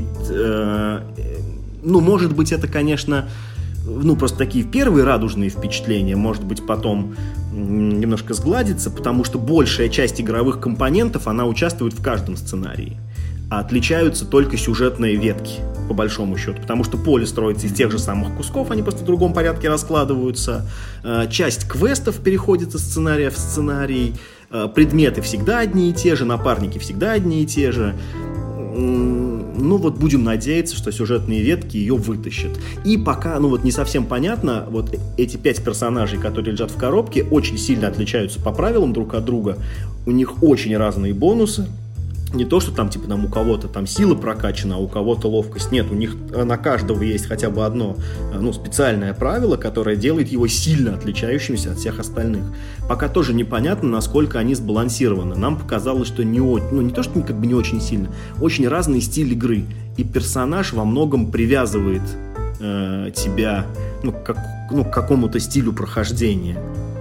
B: может быть, это, конечно, просто такие первые радужные впечатления, может быть, потом немножко сгладится, потому что большая часть игровых компонентов, она участвует в каждом сценарии. А отличаются только сюжетные ветки, по большому счету, потому что поле строится из тех же самых кусков, они просто в другом порядке раскладываются. Часть квестов переходит из сценария в сценарий, предметы всегда одни и те же, напарники всегда одни и те же. Будем надеяться, что сюжетные ветки ее вытащат. И пока, не совсем понятно, эти 5 персонажей, которые лежат в коробке, очень сильно отличаются по правилам друг от друга. У них очень разные бонусы. Не то, что там, у кого-то там сила прокачана, а у кого-то ловкость. Нет, у них на каждого есть хотя бы одно, специальное правило, которое делает его сильно отличающимся от всех остальных. Пока тоже непонятно, насколько они сбалансированы. Нам показалось, что не то, что не очень сильно, очень разный стиль игры. И персонаж во многом привязывает тебя, к какому-то стилю прохождения.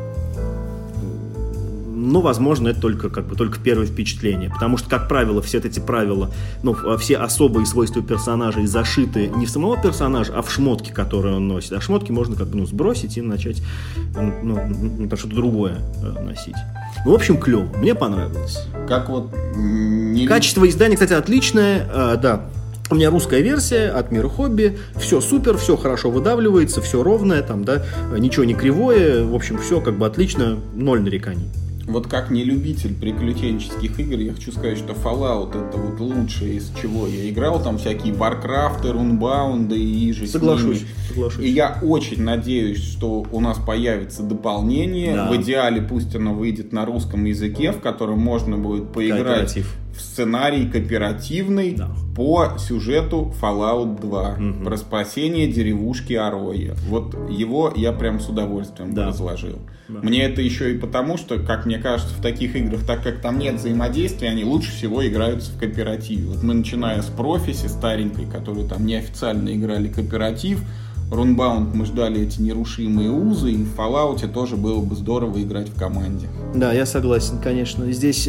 B: Возможно, это только первое впечатление. Потому что, как правило, все эти правила, все особые свойства персонажей зашиты не в самого персонажа, а в шмотки, которые он носит. А шмотки можно сбросить и начать что-то другое носить. В общем, клево. Мне понравилось. Качество издания, кстати, отличное. Да. У меня русская версия от Мира Хобби. Все супер, все хорошо выдавливается, все ровное, ничего не кривое. В общем, все отлично, 0 нареканий.
A: Как не любитель приключенческих игр, я хочу сказать, что Fallout это лучшее, из чего я играл. Там всякие Warcraft, Runebound и же.
B: Соглашусь.
A: И я очень надеюсь, что у нас появится дополнение. Да. В идеале пусть оно выйдет на русском языке, в котором можно будет поиграть в сценарий кооперативный по сюжету Fallout 2. Про спасение деревушки Ароя. Его я прям с удовольствием разложил. Да. Мне это еще и потому, что, как мне кажется, в таких играх, так как там нет взаимодействия, они лучше всего играются в кооперативе. Мы, начиная с Профиси старенькой, которые там неофициально играли кооператив, Runebound мы ждали эти нерушимые узы, и в Fallout тоже было бы здорово играть в команде.
B: Да, я согласен, конечно. Здесь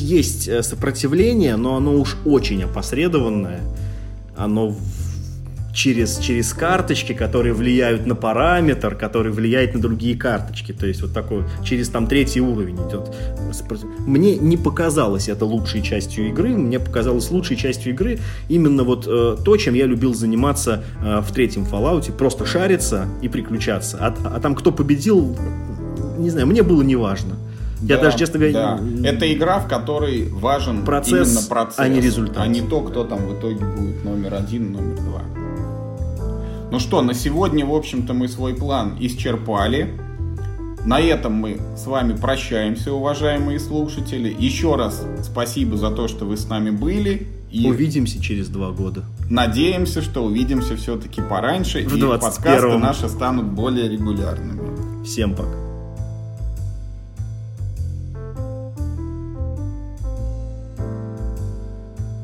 B: есть сопротивление, но оно уж очень опосредованное. Оно через карточки, которые влияют на параметр, который влияет на другие карточки. То есть вот такой, через там 3-й уровень идет. Мне не показалось это лучшей частью игры. Мне показалось лучшей частью игры именно вот то, чем я любил заниматься в 3-м Fallout. Просто шариться и приключаться. А там кто победил, не знаю, мне было неважно. Я даже, честно говоря...
A: Да. Это игра, в которой важен
B: процесс,
A: именно процесс,
B: а не результат.
A: А не то, кто там в итоге будет номер 1, номер 2. Ну что, на сегодня, в общем-то, мы свой план исчерпали. На этом мы с вами прощаемся, уважаемые слушатели. Еще раз спасибо за то, что вы с нами были. И
B: увидимся через 2 года.
A: Надеемся, что увидимся все-таки пораньше.
B: В
A: и
B: 21-м.
A: подкасты наши станут более регулярными.
B: Всем пока.